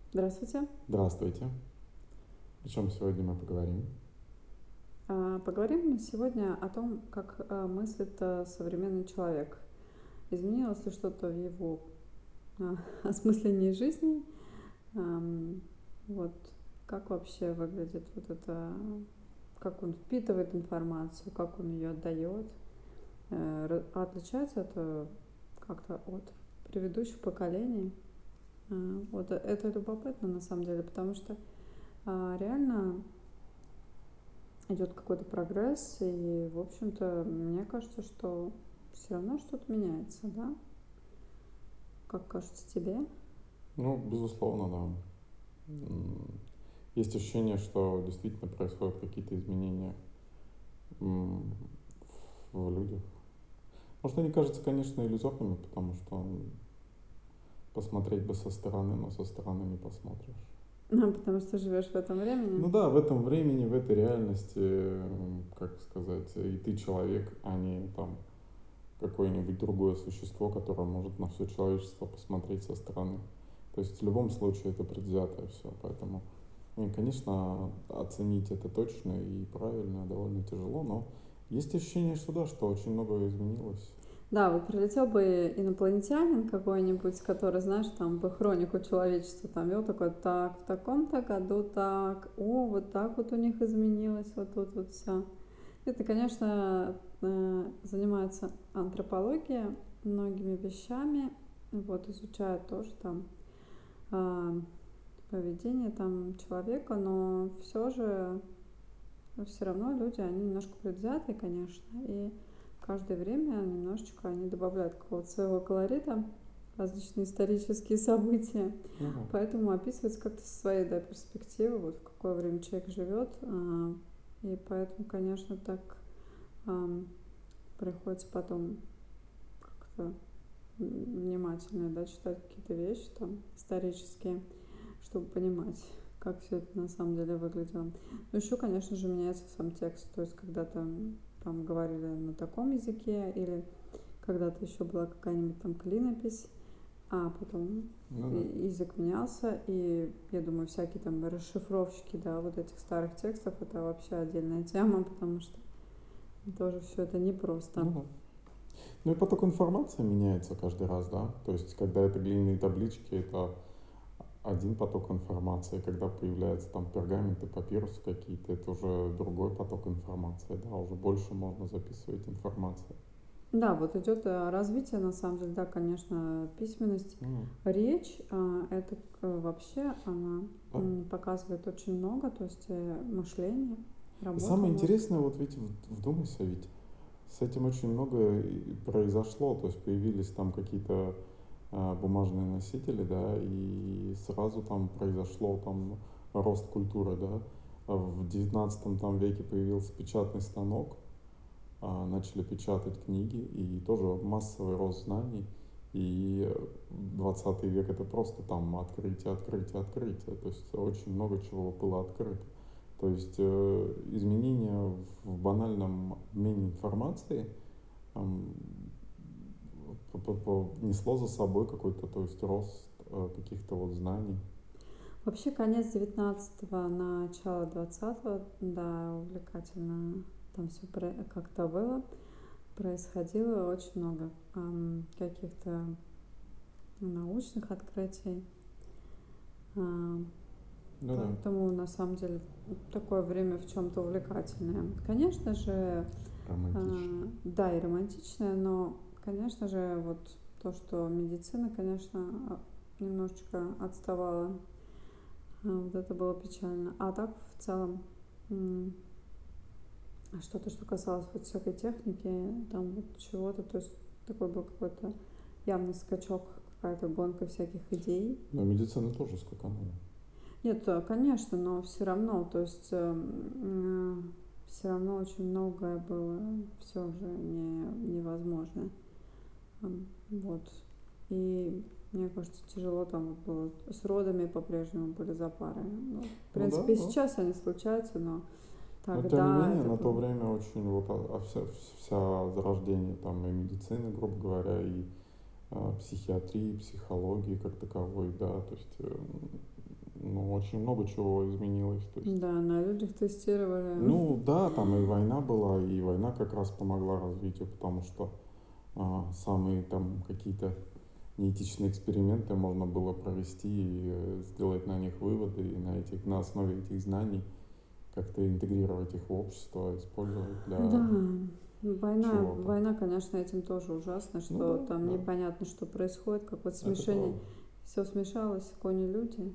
Здравствуйте. Здравствуйте. О чем сегодня мы поговорим? Поговорим сегодня о том, как мыслит современный человек. Изменилось ли что-то в его а, осмыслении жизни? Ам, Вот как вообще выглядит вот это, как он впитывает информацию, как он ее отдает? Отличается это как-то от предыдущих поколений? Вот это любопытно на самом деле, потому что реально идет какой-то прогресс, и, в общем-то, мне кажется, что все равно что-то меняется, да? Как кажется тебе? Ну, безусловно, да. Есть ощущение, что действительно происходят какие-то изменения м, в людях. Может, они кажутся, конечно, иллюзорными, потому что посмотреть бы со стороны, но со стороны не посмотришь. Потому что живешь в этом времени. Ну да, в этом времени, в этой реальности, как сказать, и ты человек, а не там какое-нибудь другое существо, которое может на все человечество посмотреть со стороны. То есть в любом случае это предвзятое все, поэтому, конечно, оценить это точно и правильно довольно тяжело, но есть ощущение, что да, что очень многое изменилось. Да, вот прилетел бы инопланетянин какой-нибудь, который, знаешь, там бы хронику человечества там вел, такой, так, в таком-то году так, вот так вот у них изменилось, вот тут вот все. Это, конечно, занимается антропология многими вещами, вот изучают тоже там а, поведение там человека, но все равно люди, они немножко предвзятые, конечно, и каждое время немножечко они добавляют какого-то своего колорита, различные исторические события, Ну да. поэтому описывается как-то со своей, да, перспективы, вот в какое время человек живет, и поэтому, конечно, так а, приходится потом как-то внимательно, да, читать какие-то вещи там исторические, чтобы понимать, как все это на самом деле выглядело. Но еще, конечно же, меняется сам текст. То есть когда-то там говорили на таком языке, или когда-то еще была какая-нибудь там клинопись, а потом Ну да. язык менялся, и я думаю, всякие там расшифровщики, да, вот этих старых текстов, это вообще отдельная тема, потому что тоже все это непросто. Ну да. Ну и поток информации меняется каждый раз, да. То есть, когда это глиняные таблички, это один поток информации, когда появляются там пергаменты, папирусы какие-то, это уже другой поток информации, да, уже больше можно записывать информации. Да, вот идет развитие, на самом деле, да, конечно, письменность, Ну, речь, это вообще она да. показывает очень много, то есть мышление, И работу самое мозга. интересное, вот ведь вдумайся, ведь с этим очень много произошло, то есть появились там какие-то бумажные носители, да, и сразу там произошло там рост культуры, да. В 19 там веке появился печатный станок, начали печатать книги, и тоже массовый рост знаний. И 20 век это просто там открытие, открытие, открытие. То есть очень много чего было открыто. То есть изменения в банальном обмене информацией эм, несло за собой какой-то, то есть рост каких-то вот знаний. Вообще, конец 19-го, начало 20-го, да, увлекательно там все как-то было, происходило очень много каких-то научных открытий. А, Ну да, Поэтому, на самом деле, такое время в чем-то увлекательное. Конечно же, романтично. да, и романтичное, но, конечно же, вот то, что медицина, конечно, немножечко отставала, вот это было печально. А так, в целом, что-то, что касалось вот всякой техники, там вот чего-то, то есть такой был какой-то явный скачок, какая-то гонка всяких идей. Но медицина тоже скаканула. Нет, конечно, но все равно, то есть все равно очень многое было все же невозможно. Вот. И мне кажется, тяжело там вот было. С родами по-прежнему были запары. Ну, в Ну да, принципе, и да. сейчас они случаются, но Но тем не тогда менее, это на то было. время очень вот вся зарождение там и медицины, грубо говоря, и психиатрии, психологии как таковой, да, то есть ну, очень много чего изменилось. То есть, Да, на людях тестировали. ну да, там и война была, и война как раз помогла развитию, потому что самые там какие-то неэтичные эксперименты можно было провести и сделать на них выводы, и на основе этих знаний как-то интегрировать их в общество, использовать для Да, война, чего-то. война, конечно, этим тоже ужасно, Ну что да, там да, непонятно, что происходит, как вот это смешение, правда. все смешалось, кони-люди,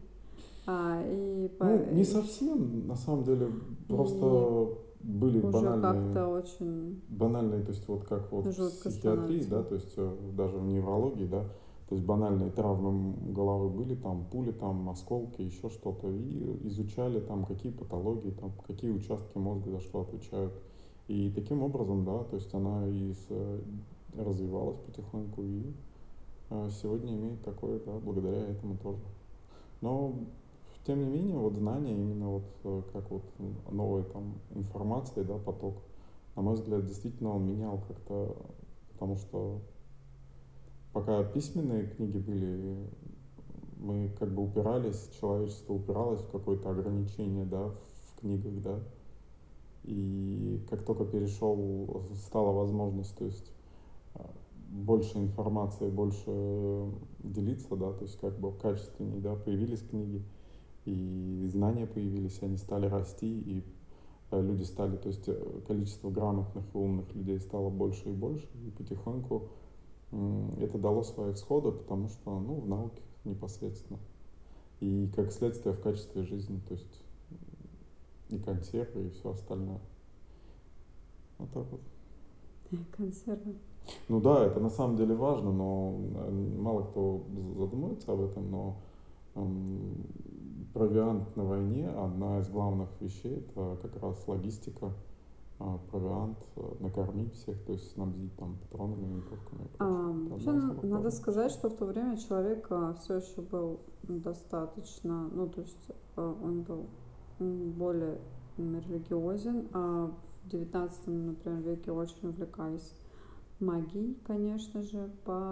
Ну, не совсем, на самом деле, и просто были уже банальные, как-то очень банальные, то есть вот как вот в жутко психиатрии, становится. да, то есть даже в неврологии, да, то есть банальные травмы головы были, там пули, там осколки, еще что-то, и изучали там какие патологии, там какие участки мозга за что отвечают. И таким образом, да, то есть она развивалась потихоньку и сегодня имеет такое, да, благодаря этому тоже. Но, тем не менее, вот знания, именно вот как вот новая там информация, да, поток, на мой взгляд, действительно он менял как-то, потому что пока письменные книги были, мы как бы упирались, человечество упиралось в какое-то ограничение, да, в книгах, да, и как только стала возможность, то есть больше информации, больше делиться, да, то есть как бы качественнее, да, появились книги, и знания появились, они стали расти, и люди стали, то есть количество грамотных и умных людей стало больше и больше, и потихоньку это дало свои всходы, потому что, ну, в науке непосредственно. И как следствие в качестве жизни, то есть и консервы, и все остальное. Вот так вот. Консервы. Ну да, это на самом деле важно, но мало кто задумывается об этом, но м, провиант на войне, одна из главных вещей, это как раз логистика, провиант, накормить всех, то есть снабдить там патронами, винтовками и прочее. Это Вообще, одна из самых надо важных сказать, вещей. что в то время человек все еще был достаточно, ну, то есть он был более религиозен, а в XIX, например, веке очень увлекались магией, конечно же,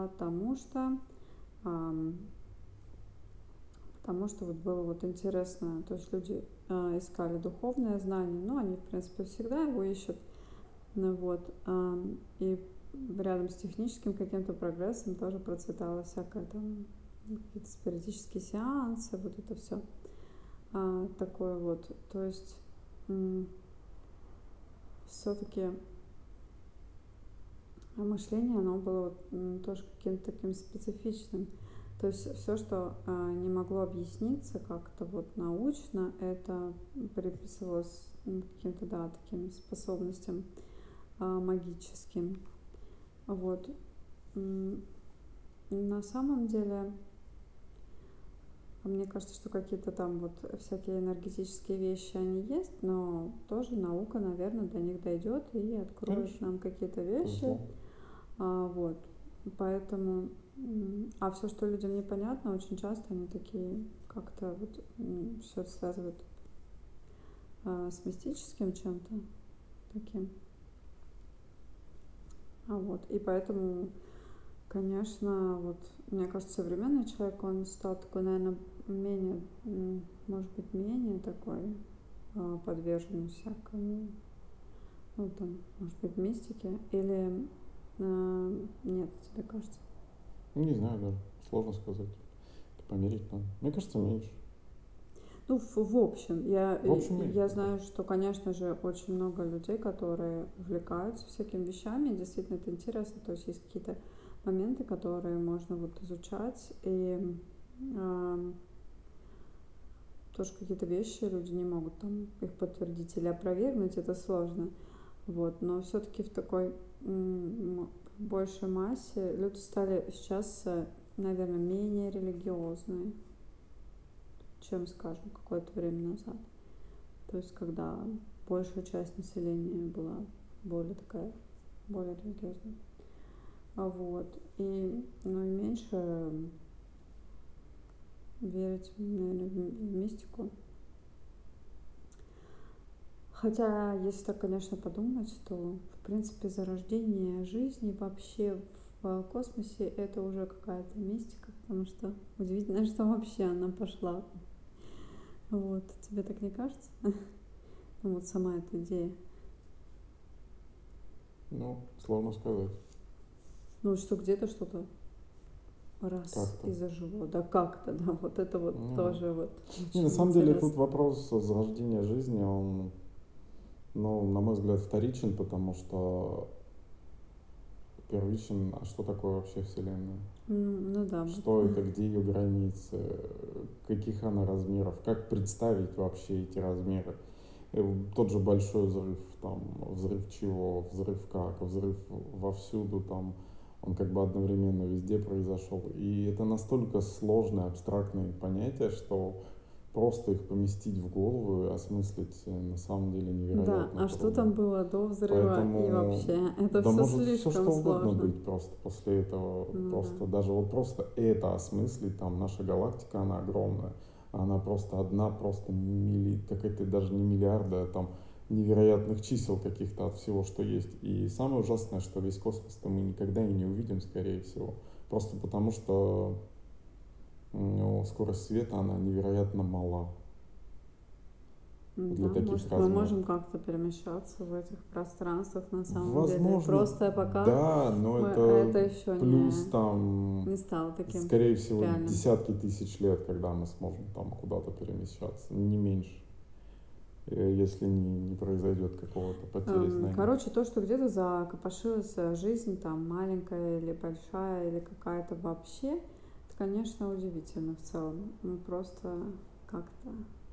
ам, потому что вот было вот интересно, то есть люди искали духовное знание, ну, они, в принципе, всегда его ищут, ну вот, и рядом с техническим каким-то прогрессом тоже процветало всякое там, какие-то спиритические сеансы, вот это все такое вот. То есть все-таки мышление, оно было вот, тоже каким-то таким специфичным. То есть все, что не могло объясниться как-то вот научно, это приписывалось каким-то, да, таким способностям магическим. Вот. На самом деле, мне кажется, что какие-то там вот всякие энергетические вещи, они есть, но тоже наука, наверное, до них дойдет и откроет Конечно, нам какие-то вещи. безусловно. Вот. Поэтому, а все, что людям непонятно, очень часто они такие как-то вот все это связывают с мистическим чем-то таким. Вот. И поэтому, конечно, вот мне кажется, современный человек, он стал такой, наверное, менее, может быть, менее такой подвержен всякому, ну там, может быть, мистике, или нет, тебе кажется? Не знаю даже, сложно сказать. Это померить надо. Мне кажется, меньше. Ну, в общем, я, В общем, меньше, я да. знаю, что, конечно же, очень много людей, которые увлекаются всякими вещами, и действительно это интересно, то есть есть какие-то моменты, которые можно вот изучать, и э, тоже какие-то вещи люди не могут там их подтвердить или опровергнуть, это сложно, вот, но все-таки в такой большей массе люди стали сейчас, наверное, менее религиозные, чем, скажем, какое-то время назад. То есть, когда большая часть населения была более такая, более религиозная. Вот. И, ну, и меньше верить, наверное, в мистику. Хотя, если так, конечно, подумать, то, в принципе, зарождение жизни вообще в космосе это уже какая-то мистика, потому что удивительно, что вообще она пошла. Вот, тебе так не кажется? Ну, вот сама эта идея. Ну, сложно сказать. Ну, что где-то что-то раз Как-то. и зажило. Да как-то, да, вот это вот Ну, тоже вот не, на очень самом деле тут интересно. вопрос зарождения жизни, он, ну, на мой взгляд, вторичен, потому что первичен, а что такое вообще Вселенная? Ну да, вот. Что это, где ее границы, каких она размеров, как представить вообще эти размеры. Тот же большой взрыв, там, взрыв чего, взрыв как, взрыв вовсюду, там, он как бы одновременно везде произошел. И это настолько сложные, абстрактные понятия, что просто их поместить в голову и осмыслить на самом деле Да, невероятно а что трудно. там было до взрыва и Поэтому, вообще? Это да, все может все слишком что угодно сложно. быть просто после этого. Ну да. Просто даже вот просто это осмыслить, там наша галактика, она огромная. Она просто одна, просто какая-то даже не миллиарда, а там невероятных чисел каких-то от всего, что есть. И самое ужасное, что весь космос-то мы никогда и не увидим, скорее всего. Просто потому что ну, скорость света, она невероятно мала Да, для таких может, мы размеров. можем как-то перемещаться в этих пространствах на самом деле. Возможно, Просто пока да, но мы это это еще плюс там, не стало таким скорее всего, реальным. десятки тысяч лет, когда мы сможем там куда-то перемещаться, не меньше, если не произойдет какого-то потери знаний. Короче, то, что где-то закопошилась жизнь, там, маленькая или большая, или какая-то вообще, это, конечно, удивительно в целом. Ну, просто как-то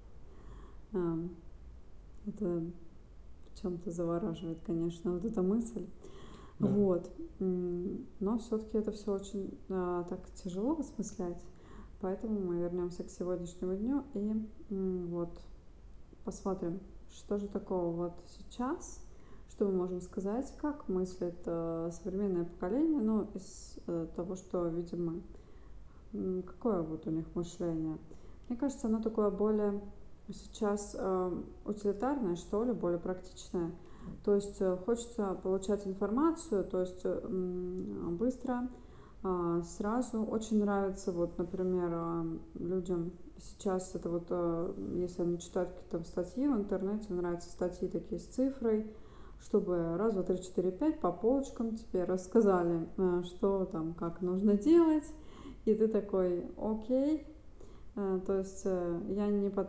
ам, это в чем-то завораживает, конечно, вот эта мысль. Да, Вот. Но все-таки это все очень так тяжело осмыслять. Поэтому мы вернемся к сегодняшнему дню и вот посмотрим, что же такого вот сейчас, что мы можем сказать, как мыслит современное поколение, ну, из того, что видим мы. Какое вот у них мышление? Мне кажется, оно такое более сейчас утилитарное, что ли, более практичное. То есть хочется получать информацию, то есть быстро, сразу. Очень нравится, вот, например, людям сейчас это вот, если они читают какие-то статьи в интернете, нравятся статьи такие с цифрой, чтобы раз, два, три, четыре, пять по полочкам тебе рассказали, что там, как нужно делать, и ты такой, окей. То есть я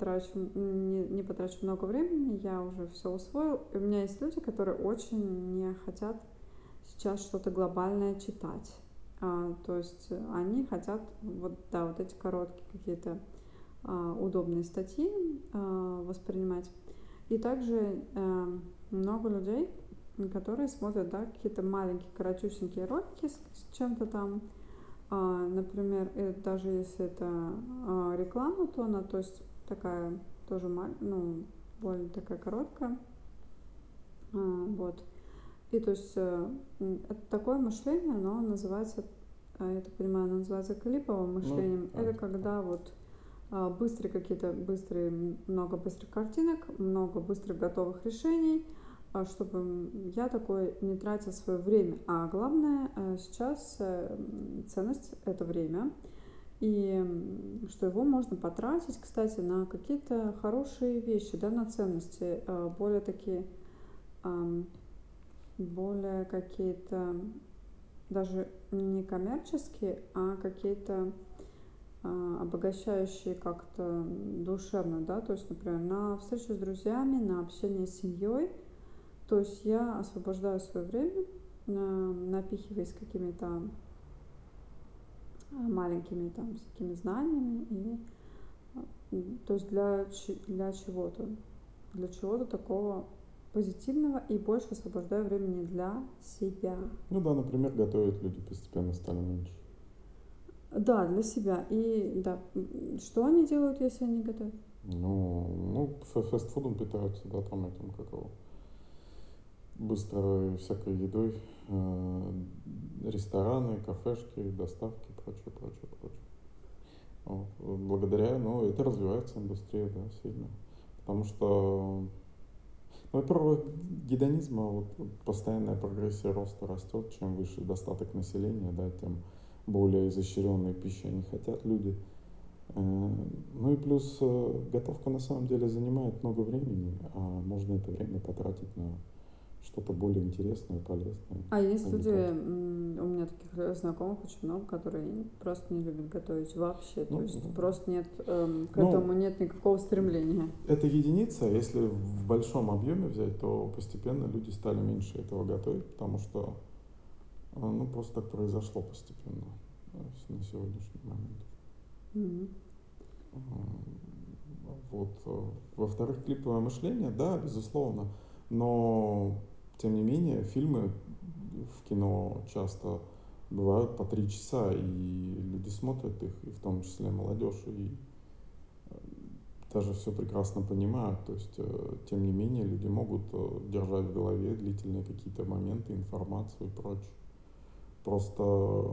не потрачу много времени, я уже все усвоил. И у меня есть люди, которые очень не хотят сейчас что-то глобальное читать. То есть они хотят вот, да, вот эти короткие какие-то удобные статьи воспринимать. И также много людей, которые смотрят, да, какие-то маленькие, коротюсенькие ролики с чем-то там. Например, даже если это реклама, то она, то есть такая тоже, ну, более такая короткая. Вот. И то есть это такое мышление, оно называется, я так понимаю, оно называется клиповым ну, мышлением. да, Это типа того. когда вот быстрые какие-то, много быстрых картинок, много быстрых готовых решений, чтобы я такой не тратил свое время. А главное сейчас ценность — это время. И что его можно потратить, кстати, на какие-то хорошие вещи, да, на ценности, более такие, более какие-то даже не коммерческие, а какие-то обогащающие как-то душевно, да, то есть, например, на встречу с друзьями, на общение с семьей, то есть я освобождаю свое время, напихиваясь какими-то маленькими там всякими знаниями, и то есть для чего-то такого позитивного, и больше освобождаю времени для себя. Ну да, например, готовить люди постепенно стали меньше. Да, для себя. И да, что они делают, если они готовят? Ну, фастфудом питаются, да, там этим, как его, быстрой всякой едой, рестораны, кафешки, доставки, прочее, прочее, прочее. Вот. Благодаря, ну, это развивается индустрия, да, сильно. Потому что, ну, во-первых, гедонизм, вот постоянная прогрессия роста растет, чем выше достаток населения, да, тем более изощренной пищи они хотят люди. Ну и плюс готовка на самом деле занимает много времени, а можно это время потратить на что-то более интересное, полезное, А есть а не люди, тратить. у меня таких знакомых очень много, которые просто не любят готовить вообще. То Ну, есть да. просто нет, к Ну, этому нет никакого стремления. это единица, если в большом объеме взять, то постепенно люди стали меньше этого готовить, потому что, ну, просто так произошло постепенно на сегодняшний момент. Мгм. Вот. Во-вторых, клиповое мышление, да, безусловно, но, тем не менее, фильмы в кино часто бывают по 3 часа, и люди смотрят их, и в том числе молодежь, и даже все прекрасно понимают. То есть, тем не менее, люди могут держать в голове длительные какие-то моменты, информацию и прочее. Просто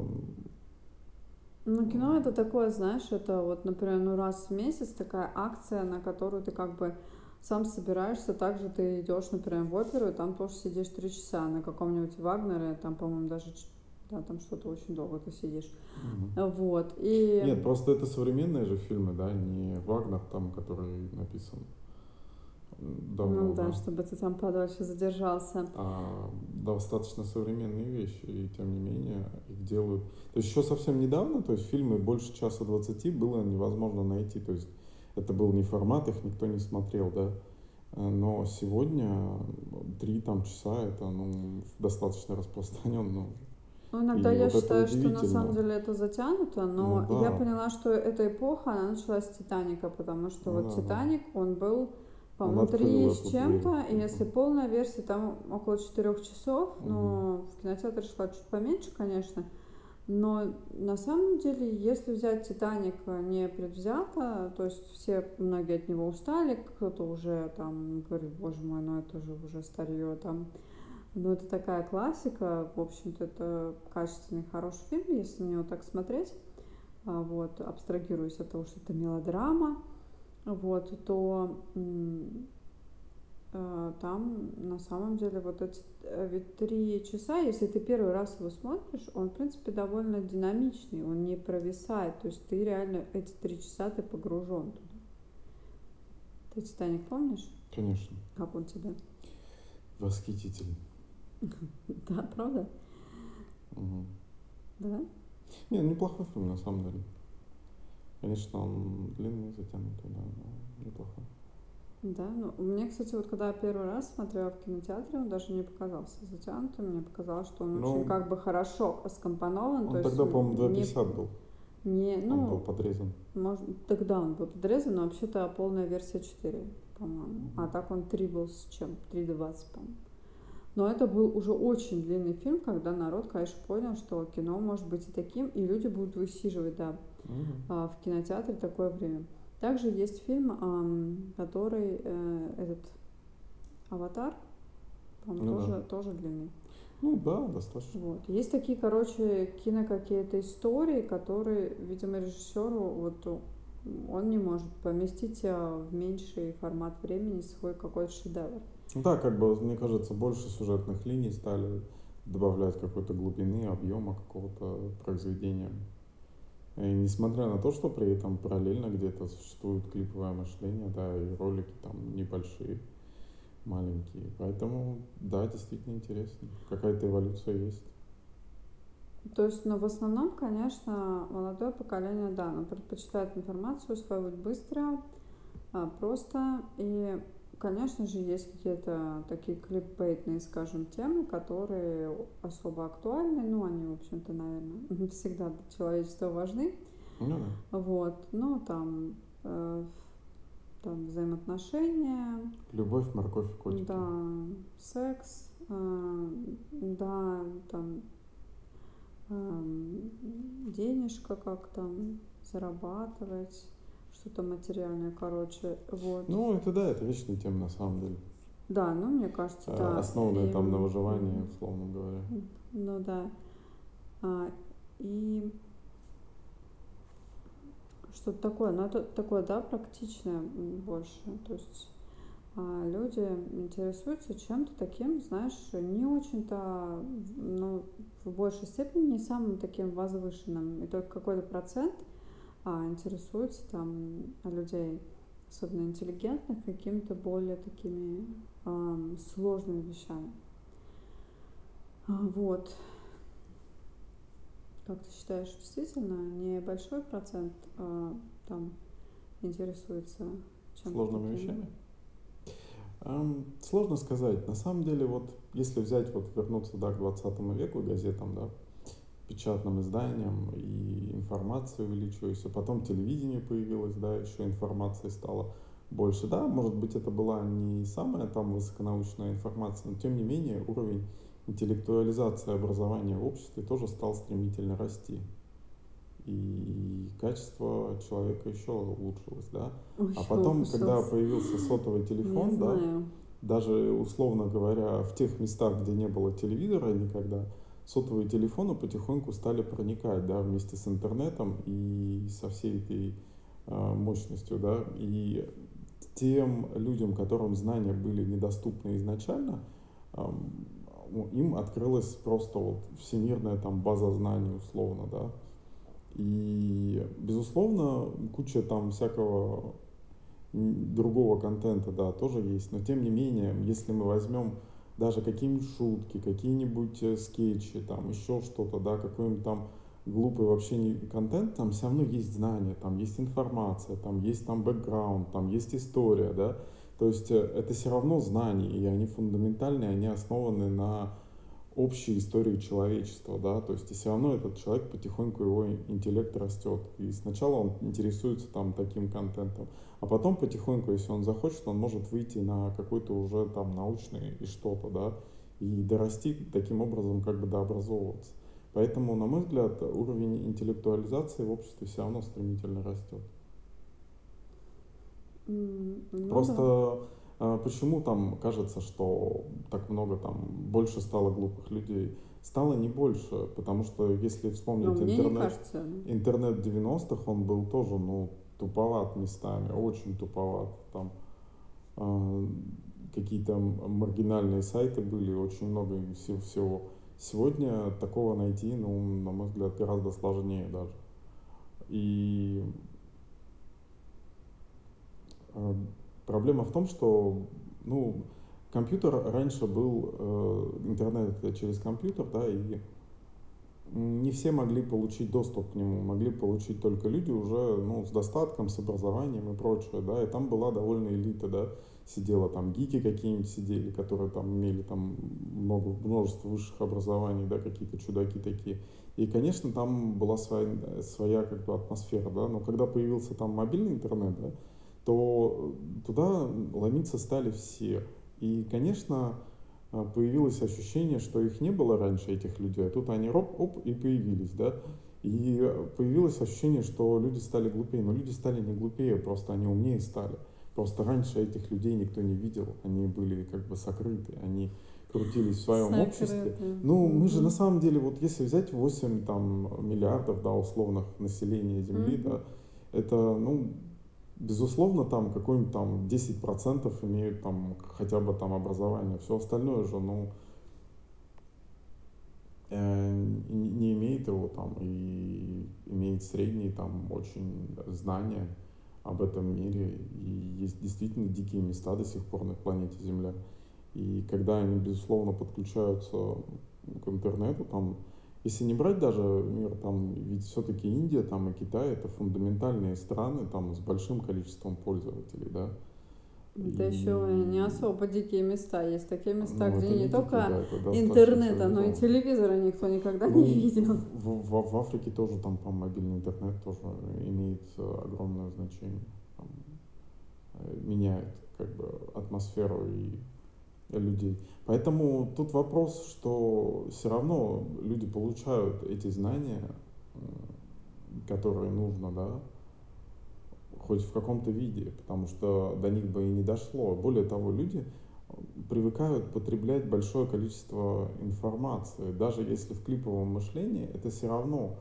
Ну, кино это такое, знаешь, это вот, например, ну раз в месяц такая акция, на которую ты как бы сам собираешься, также ты идешь, например, в оперу, и там тоже сидишь 3 часа на каком-нибудь Вагнере, там, по-моему, даже, да, там что-то очень долго ты сидишь. мгм. Вот, и, Нет, просто это современные же фильмы, да, не Вагнер там, который написан ну давно, да, да. чтобы ты там подольше задержался. Достаточно современные вещи, и тем не менее их делают. То есть еще совсем недавно, то есть фильмы больше часа 20 было невозможно найти, то есть это был не формат, их никто не смотрел, да. Но сегодня 3 часа это, ну, достаточно распространенно уже. Ну, иногда И я вот это считаю, что на самом удивительно. деле это затянуто, Ну но я да, поняла, что эта эпоха, она началась с «Титаника», потому что ну вот да, да. «Титаник», он был, Он по-моему, открыл 3 с эту дверь. чем-то, и если полная версия, там около 4 часов, Мгм. но в кинотеатре шла чуть поменьше, конечно, но на самом деле, если взять «Титаник» не предвзято, то есть все, многие от него устали, кто-то уже там говорит, боже мой, ну это же уже старье, там. Ну, это такая классика, в общем-то, это качественный, хороший фильм, если на него так смотреть, вот, абстрагируясь от того, что это мелодрама, вот, то там на самом деле вот эти ведь 3 часа, если ты первый раз его смотришь, он, в принципе, довольно динамичный, он не провисает, то есть ты реально эти 3 часа ты погружен туда. Ты «Титаник» помнишь? Конечно. Как он тебе? Восхитительно. Да, правда? Мгм. Да? Не, ну, неплохой фильм на самом деле. Конечно, он длинный, затянутый, да, но неплохой. Да, ну, мне, кстати, вот когда я первый раз смотрела в кинотеатре, он даже не показался затянутым, мне показалось, что он очень Ну, как бы хорошо скомпонован, то он есть тогда, по-моему, 2,50 был. Он был ну, подрезан. может, тогда он был подрезан, но вообще-то полная версия 4, по-моему, а Мгм. так он 3 был с чем, 3:20, по-моему. Но это был уже очень длинный фильм, когда народ, конечно, понял, что кино может быть и таким, и люди будут высиживать, да, Мгм. в кинотеатре такое время. Также есть фильм, который этот «Аватар», по-моему, Ну да. тоже длинный. Ну да, достаточно. Вот. Есть такие, короче, кино какие-то истории, которые, видимо, режиссеру вот он не может поместить в меньший формат времени свой какой-то шедевр. Ну да, как бы, мне кажется, больше сюжетных линий стали добавлять какой-то глубины, объема какого-то произведения. И несмотря на то, что при этом параллельно где-то существует клиповое мышление, да, и ролики там небольшие, маленькие. Поэтому, да, действительно интересно. Какая-то эволюция есть. То есть, ну, в основном, конечно, молодое поколение, да, оно предпочитает информацию усваивать быстро, просто. И, конечно же, есть какие-то такие кликбейтные, скажем, темы, которые особо актуальны. Ну, они, в общем-то, наверное, всегда для человечества важны. Ну да. Вот. Ну, там взаимоотношения, Любовь, морковь и котики. да, секс, да, там денежка, как там зарабатывать, что-то материальное, короче, вот. Ну, это да, это вечная тема на самом деле. Да, ну, мне кажется, да. Основанная И, там на выживании, условно говоря. ну, да. А, и что-то такое, ну, это такое, да, практичное больше. То есть люди интересуются чем-то таким, знаешь, не очень-то, ну, в большей степени не самым таким возвышенным. И только какой-то процент интересуется там людей, особенно интеллигентных, какими-то более такими сложными вещами. Вот. Как ты считаешь, действительно небольшой процент там интересуется чем-то Сложными таким? вещами? Сложно сказать. На самом деле, вот если взять, вот вернуться, да, к 20 веку, газетам, да, печатным изданиям, и информация увеличилась, а потом телевидение появилось, да, еще информации стало больше. Да, может быть, это была не самая там высоконаучная информация, но тем не менее уровень интеллектуализации образования в обществе тоже стал стремительно расти. И качество человека еще улучшилось, да. А Ой, потом, когда улучшился. появился сотовый Не телефон, да, знаю. даже, условно говоря, в тех местах, где не было телевизора никогда, сотовые телефоны потихоньку стали проникать, да, вместе с интернетом и со всей этой мощностью, да. И тем людям, которым знания были недоступны изначально, ам, им открылась просто вот всемирная там база знаний, условно, да. И, безусловно, куча там всякого другого контента, да, тоже есть. Но тем не менее, если мы возьмем даже какие-нибудь шутки, какие-нибудь скетчи, там еще что-то, да, какой-нибудь там глупый вообще не контент, там все равно есть знания, там есть информация, там есть там бэкграунд, там есть история, да. То есть это все равно знания, и они фундаментальные, они основаны на общей истории человечества, да, то есть и все равно этот человек потихоньку, его интеллект растет, и сначала он интересуется там таким контентом, а потом потихоньку, если он захочет, он может выйти на какой-то уже там научный и что-то, да, и дорасти таким образом, как бы дообразовываться. Поэтому, на мой взгляд, уровень интеллектуализации в обществе все равно стремительно растет. Ну да. Просто почему там кажется, что так много там, больше стало глупых людей? Стало не больше, потому что если Но вспомнить мне не интернет, кажется. интернет 90-х, он был тоже, ну, туповат местами, очень туповат. Там э, какие-то маргинальные сайты были, очень много всего. Сегодня такого найти, ну, на мой взгляд, гораздо сложнее даже. И Э, Проблема в том, что, ну, компьютер раньше был, интернет это через компьютер, да, и не все могли получить доступ к нему, могли получить только люди уже, ну, с достатком, с образованием и прочее, да, и там была довольно элита, да, сидела там гики какие-нибудь сидели, которые там имели там множество высших образований, да, какие-то чудаки такие. И, конечно, там была своя как бы атмосфера, да, но когда появился там мобильный интернет, да, то туда ломиться стали все. И, конечно, появилось ощущение, что их не было раньше, этих людей, а тут они оп, и появились, да. И появилось ощущение, что люди стали глупее, но люди стали не глупее, просто они умнее стали. Просто раньше этих людей никто не видел, они были как бы сокрыты, они крутились в своем обществе. Сокрыто. Ну, мы же на Мгм. самом деле, вот если взять 8 там, миллиардов, да, условных населения Земли, Мгм. да, это, ну, безусловно, там какой-нибудь там 10% имеют там хотя бы там образование. Все остальное же, ну, не имеет его там и имеет средние там очень знания об этом мире. И есть действительно дикие места до сих пор на планете Земля. И когда они, безусловно, подключаются к интернету, там, если не брать даже мир, там, ведь все-таки Индия там, и Китай это фундаментальные страны там, с большим количеством пользователей, да. Это еще не И, особо дикие места. Есть такие места, ну, где это не не дикие, только да, это достаточно интернета, но и цивилизованно. телевизора никто никогда не Ну, видел. в Африке тоже там, по мобильный интернет тоже имеет огромное значение. Там, меняет как бы атмосферу и людей. Поэтому тут вопрос, что все равно люди получают эти знания, которые нужно, да, хоть в каком-то виде, потому что до них бы и не дошло. Более того, люди привыкают потреблять большое количество информации. Даже если в клиповом мышлении, это все равно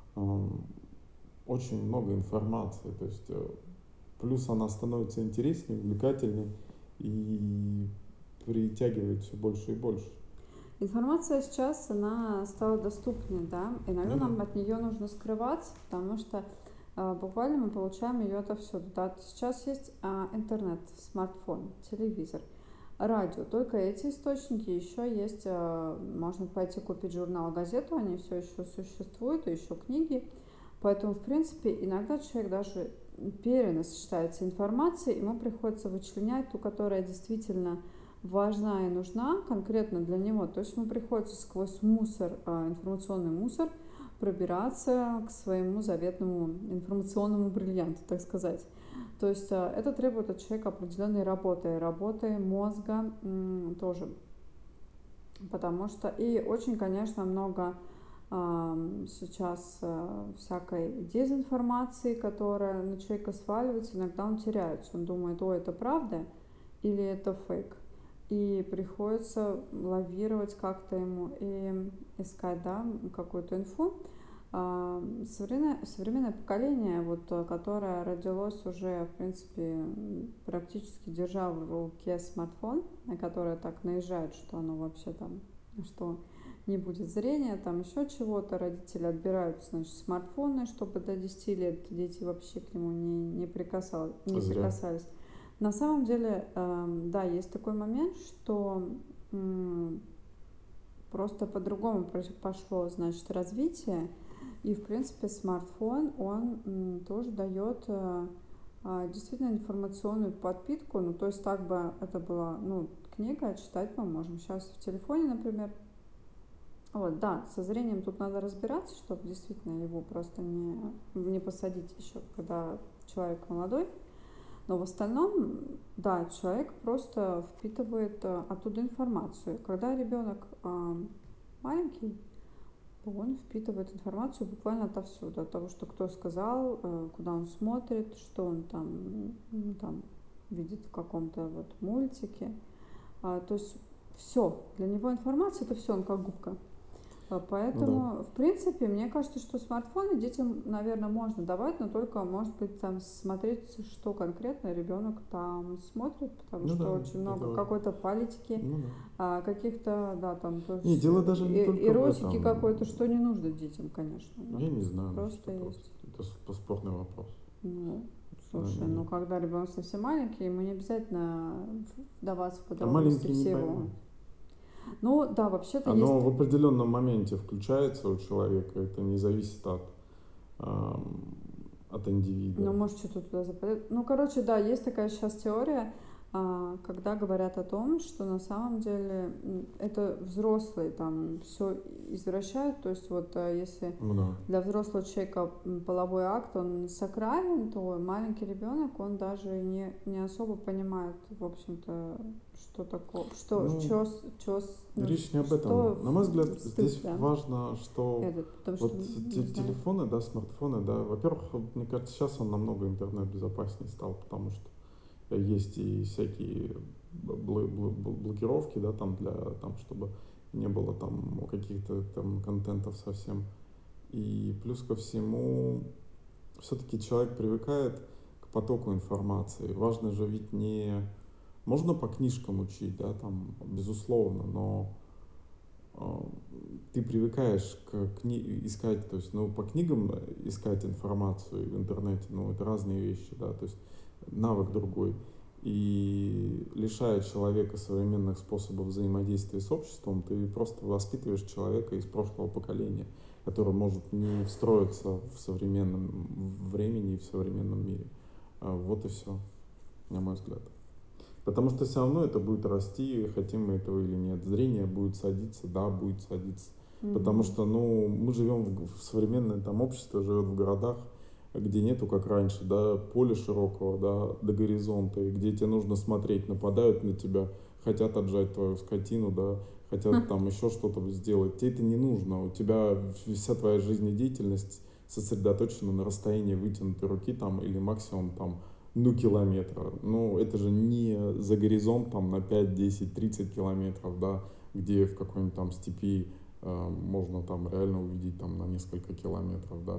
очень много информации. То есть плюс она становится интереснее, увлекательней и притягивает все больше и больше. Информация сейчас, она стала доступней, да, иногда Ну да. нам от нее нужно скрываться, потому что буквально мы получаем ее отовсюду. Да? Сейчас есть интернет, смартфон, телевизор, радио. Только эти источники. Еще есть, можно пойти купить журнал, газету, они все еще существуют, и еще книги. Поэтому, в принципе, иногда человек даже перенасыщается информацией, ему приходится вычленять ту, которая действительно важна и нужна конкретно для него. То есть ему приходится сквозь мусор, информационный мусор, пробираться к своему заветному информационному бриллианту, так сказать. То есть это требует от человека определенной работы мозга тоже. Потому что и очень, конечно, много сейчас всякой дезинформации, которая на человека сваливается, иногда он теряется. Он думает, о, это правда или это фейк. И приходится лавировать как-то ему и искать, да, какую-то инфу. Современное поколение, вот, которое родилось уже, в принципе, практически держа в руке смартфон, на которое так наезжает, что оно вообще там, что не будет зрения, там еще чего-то. Родители отбирают, значит, смартфоны, чтобы до 10 лет дети вообще к нему не Зря. прикасались. На самом деле, да, есть такой момент, что просто по-другому пошло, значит, развитие. И, в принципе, смартфон, он тоже дает действительно информационную подпитку. Ну, то есть так бы это была, ну, книга, читать мы можем сейчас в телефоне, например. Вот, да, со зрением тут надо разбираться, чтобы действительно его просто не посадить еще, когда человек молодой. Но в остальном, да, человек просто впитывает оттуда информацию. Когда ребенок маленький, он впитывает информацию буквально отовсюду. От того, что кто сказал, куда он смотрит, что он там видит в каком-то вот мультике. То есть все. Для него информация это все, он как губка. Ну да. Поэтому, в принципе, мне кажется, что смартфоны детям, наверное, можно давать, но только, может быть, там смотреть, что конкретно ребенок там смотрит, потому Ну что да, очень много это важно. какой-то политики, Ну да. каких-то, да, там, то Не, есть дело даже не только в эротики этом. какой-то, что не нужно детям, конечно. Ну, Я не знаю насчет просто этого. есть. Это спорный вопрос. Ну, слушай, Наверное, ну нет. когда ребенок совсем маленький, ему не обязательно вдаваться в А подробности маленькие не всего. поймут. Ну, да, вообще-то Оно есть. в определенном моменте включается у человека. Это не зависит ам, от индивида. Ну, может, что-то туда западет. Ну, короче, да, есть такая сейчас теория, когда говорят о том, что на самом деле это взрослые там все извращают. То есть вот если Ну да. для взрослого человека половой акт, он сакрален, то маленький ребенок, он даже не особо понимает, в общем-то, что такое, Ну, ну, речь не об этом. что На мой взгляд, стыд, здесь да, важно, что этот, потому что вот не знает. телефоны, да, смартфоны, да, во-первых, вот мне кажется, сейчас он намного интернет безопаснее стал, потому что есть и всякие блокировки, да, там для, там, чтобы не было там каких-то там контентов совсем. И плюс ко всему, все-таки человек привыкает к потоку информации. Важно же ведь не... Можно по книжкам учить, да, там, безусловно, но а, ты привыкаешь искать, то есть, ну, по книгам искать информацию в интернете, ну, это разные вещи, да, то есть навык другой. И лишая человека современных способов взаимодействия с обществом, ты просто воспитываешь человека из прошлого поколения, который может не встроиться в современном времени и в современном мире. Вот и все, на мой взгляд. Потому что все равно это будет расти, хотим мы этого или нет. Зрение будет садиться, да, будет садиться. Потому Мгм. что, ну, мы живем в современное там общество, живет в городах, где нету, как раньше, да, поля широкого, да, до горизонта, и где тебе нужно смотреть, нападают на тебя, хотят отжать твою скотину, да, хотят там еще что-то сделать. Тебе это не нужно. У тебя вся твоя жизнедеятельность сосредоточена на расстоянии вытянутой руки там или максимум там ну, километра. Ну, это же не за горизонт там на 5, 10, 30 километров, да, где в какой-нибудь там степи можно там реально увидеть там на несколько километров, да.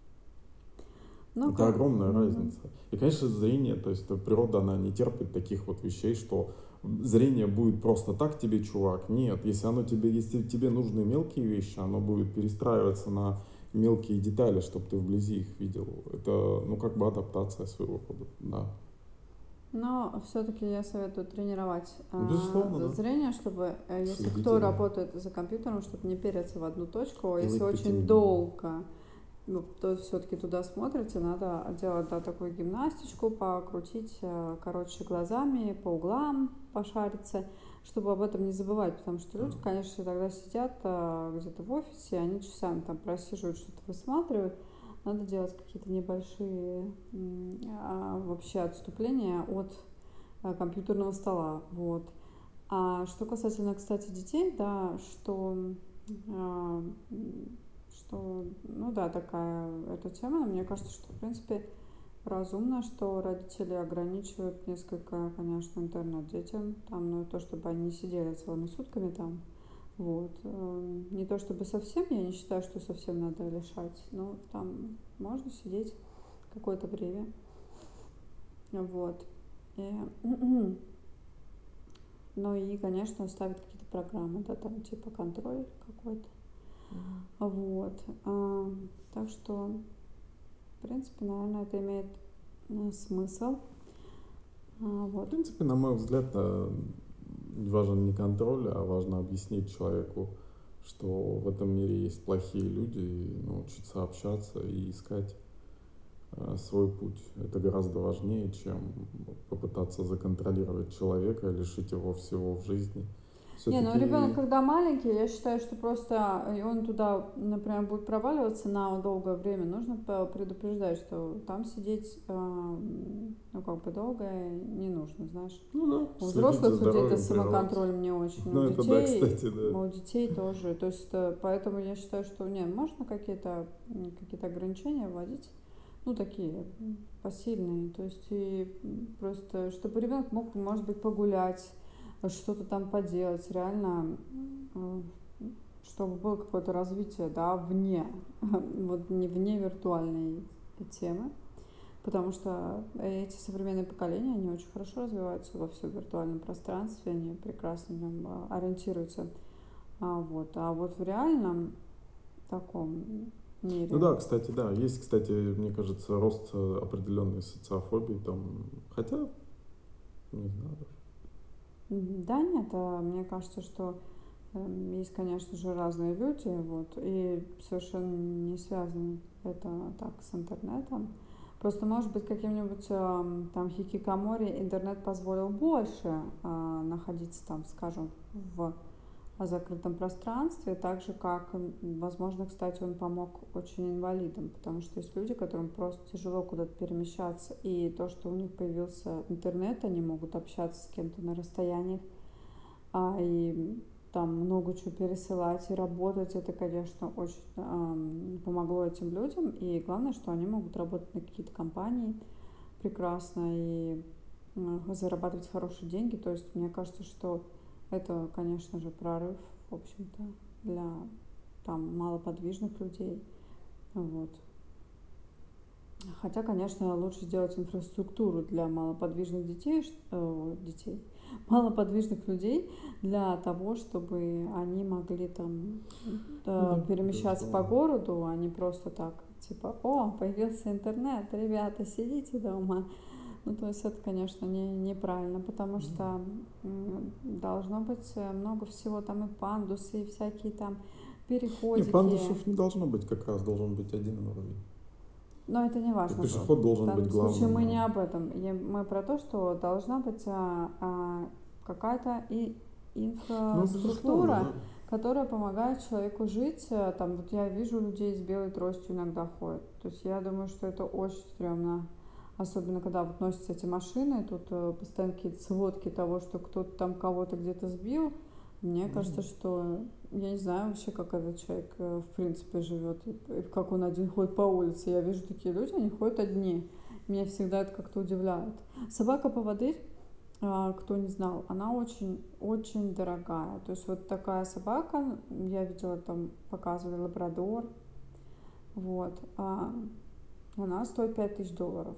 Это Ну-ка. огромная Мгм. разница. И, конечно, зрение, то есть природа, она не терпит таких вот вещей, что зрение будет просто так тебе, чувак. Нет, если тебе нужны мелкие вещи, оно будет перестраиваться на мелкие детали, чтобы ты вблизи их видел. Это, ну, как бы адаптация своего рода, да. Но все-таки я советую тренировать Безусловно, да. зрение, чтобы, если Следить кто за ним. работает за компьютером, чтобы не переться в одну точку. Если Делать очень потемнее. долго, ну, то все-таки туда смотрите, надо делать, да, такую гимнастичку, покрутить, короче, глазами, по углам пошариться, чтобы об этом не забывать, потому что Да. люди, конечно, тогда сидят где-то в офисе, они часами там просиживают, что-то высматривают. Надо делать какие-то небольшие вообще отступления от компьютерного стола. Вот. А что касательно, кстати, детей, да, а, ну да, такая эта тема, но мне кажется, что, в принципе, разумно, что родители ограничивают несколько, конечно, интернет детям, там, ну, то, чтобы они не сидели целыми сутками там, вот. Не то чтобы совсем, я не считаю, что совсем надо лишать, но там можно сидеть какое-то время, вот. И, ну и, конечно, ставить какие-то программы, да, там типа контроль какой-то. Вот. Так что, в принципе, наверное, это имеет смысл. В Вот. принципе, на мой взгляд, важен не контроль, а важно объяснить человеку, что в этом мире есть плохие люди, и научиться общаться и искать свой путь. Это гораздо важнее, чем попытаться законтролировать человека, лишить его всего в жизни. Не, ну ребенок, Все-таки, когда маленький, я считаю, что просто он туда, например, будет проваливаться на долгое время, нужно предупреждать, что там сидеть, ну, как бы долго не нужно, знаешь. ну да, У следить за взрослых людей это здоровьем с природы. самоконтролем не очень, Ну это да, кстати, да. у детей тоже. То есть, поэтому я считаю, что не, можно какие-то ограничения вводить, ну, такие посильные. То есть, и просто, чтобы ребенок мог, может быть, погулять, что-то там поделать, реально, э, чтобы было какое-то развитие, да, вне, вот не вне виртуальной темы. Потому что эти современные поколения, они очень хорошо развиваются во всем виртуальном пространстве, они прекрасно в нем ориентируются. А вот в реальном таком Ну мире. да, кстати, да, есть, кстати, мне кажется, рост определенной социофобии там, хотя, не знаю даже. Да, нет, мне кажется, что есть, конечно же, разные люди, вот, и совершенно не связано это так с интернетом. Просто, может быть, каким-нибудь там хикикамори интернет позволил больше находиться там, скажем, в закрытом пространстве, так же, как, возможно, кстати, он помог очень инвалидам, потому что есть люди, которым просто тяжело куда-то перемещаться, и то, что у них появился интернет, они могут общаться с кем-то на расстояниях, и там много чего пересылать и работать, это, конечно, очень помогло этим людям. И главное, что они могут работать на какие-то компании прекрасно и зарабатывать хорошие деньги. То есть мне кажется, что это, конечно же, прорыв, в общем-то, для там малоподвижных людей. Вот. Хотя, конечно, лучше сделать инфраструктуру для малоподвижных детей, малоподвижных людей, для того, чтобы они могли там Ну да, перемещаться по безусловно. городу, а не просто так, типа, о, появился интернет, ребята, сидите дома. Ну, то есть это, конечно, неправильно, потому Ну, что должно быть много всего, там и пандусы, и всякие там не, переходики. пандусов не должно быть, как раз должен быть один уровень. Но это не И важно. пешеход В должен быть данном случае главным. мы не об этом. Мы про то, что должна быть какая-то Ну, безусловно, инфраструктура, да. которая помогает человеку жить. Там, вот я вижу людей с белой тростью иногда ходят. То есть я думаю, что это очень стрёмно. Особенно, когда вот носятся эти машины, тут постоянно какие-то сводки того, что кто-то там кого-то где-то сбил. Мне Ну, кажется, что я не знаю вообще, как этот человек в принципе живет, и как он один ходит по улице. Я вижу такие люди, они ходят одни. Меня всегда это как-то удивляет. Собака-поводырь, кто не знал, она очень дорогая. То есть вот такая собака, я видела там, показывали лабрадор, вот, она стоит $5000.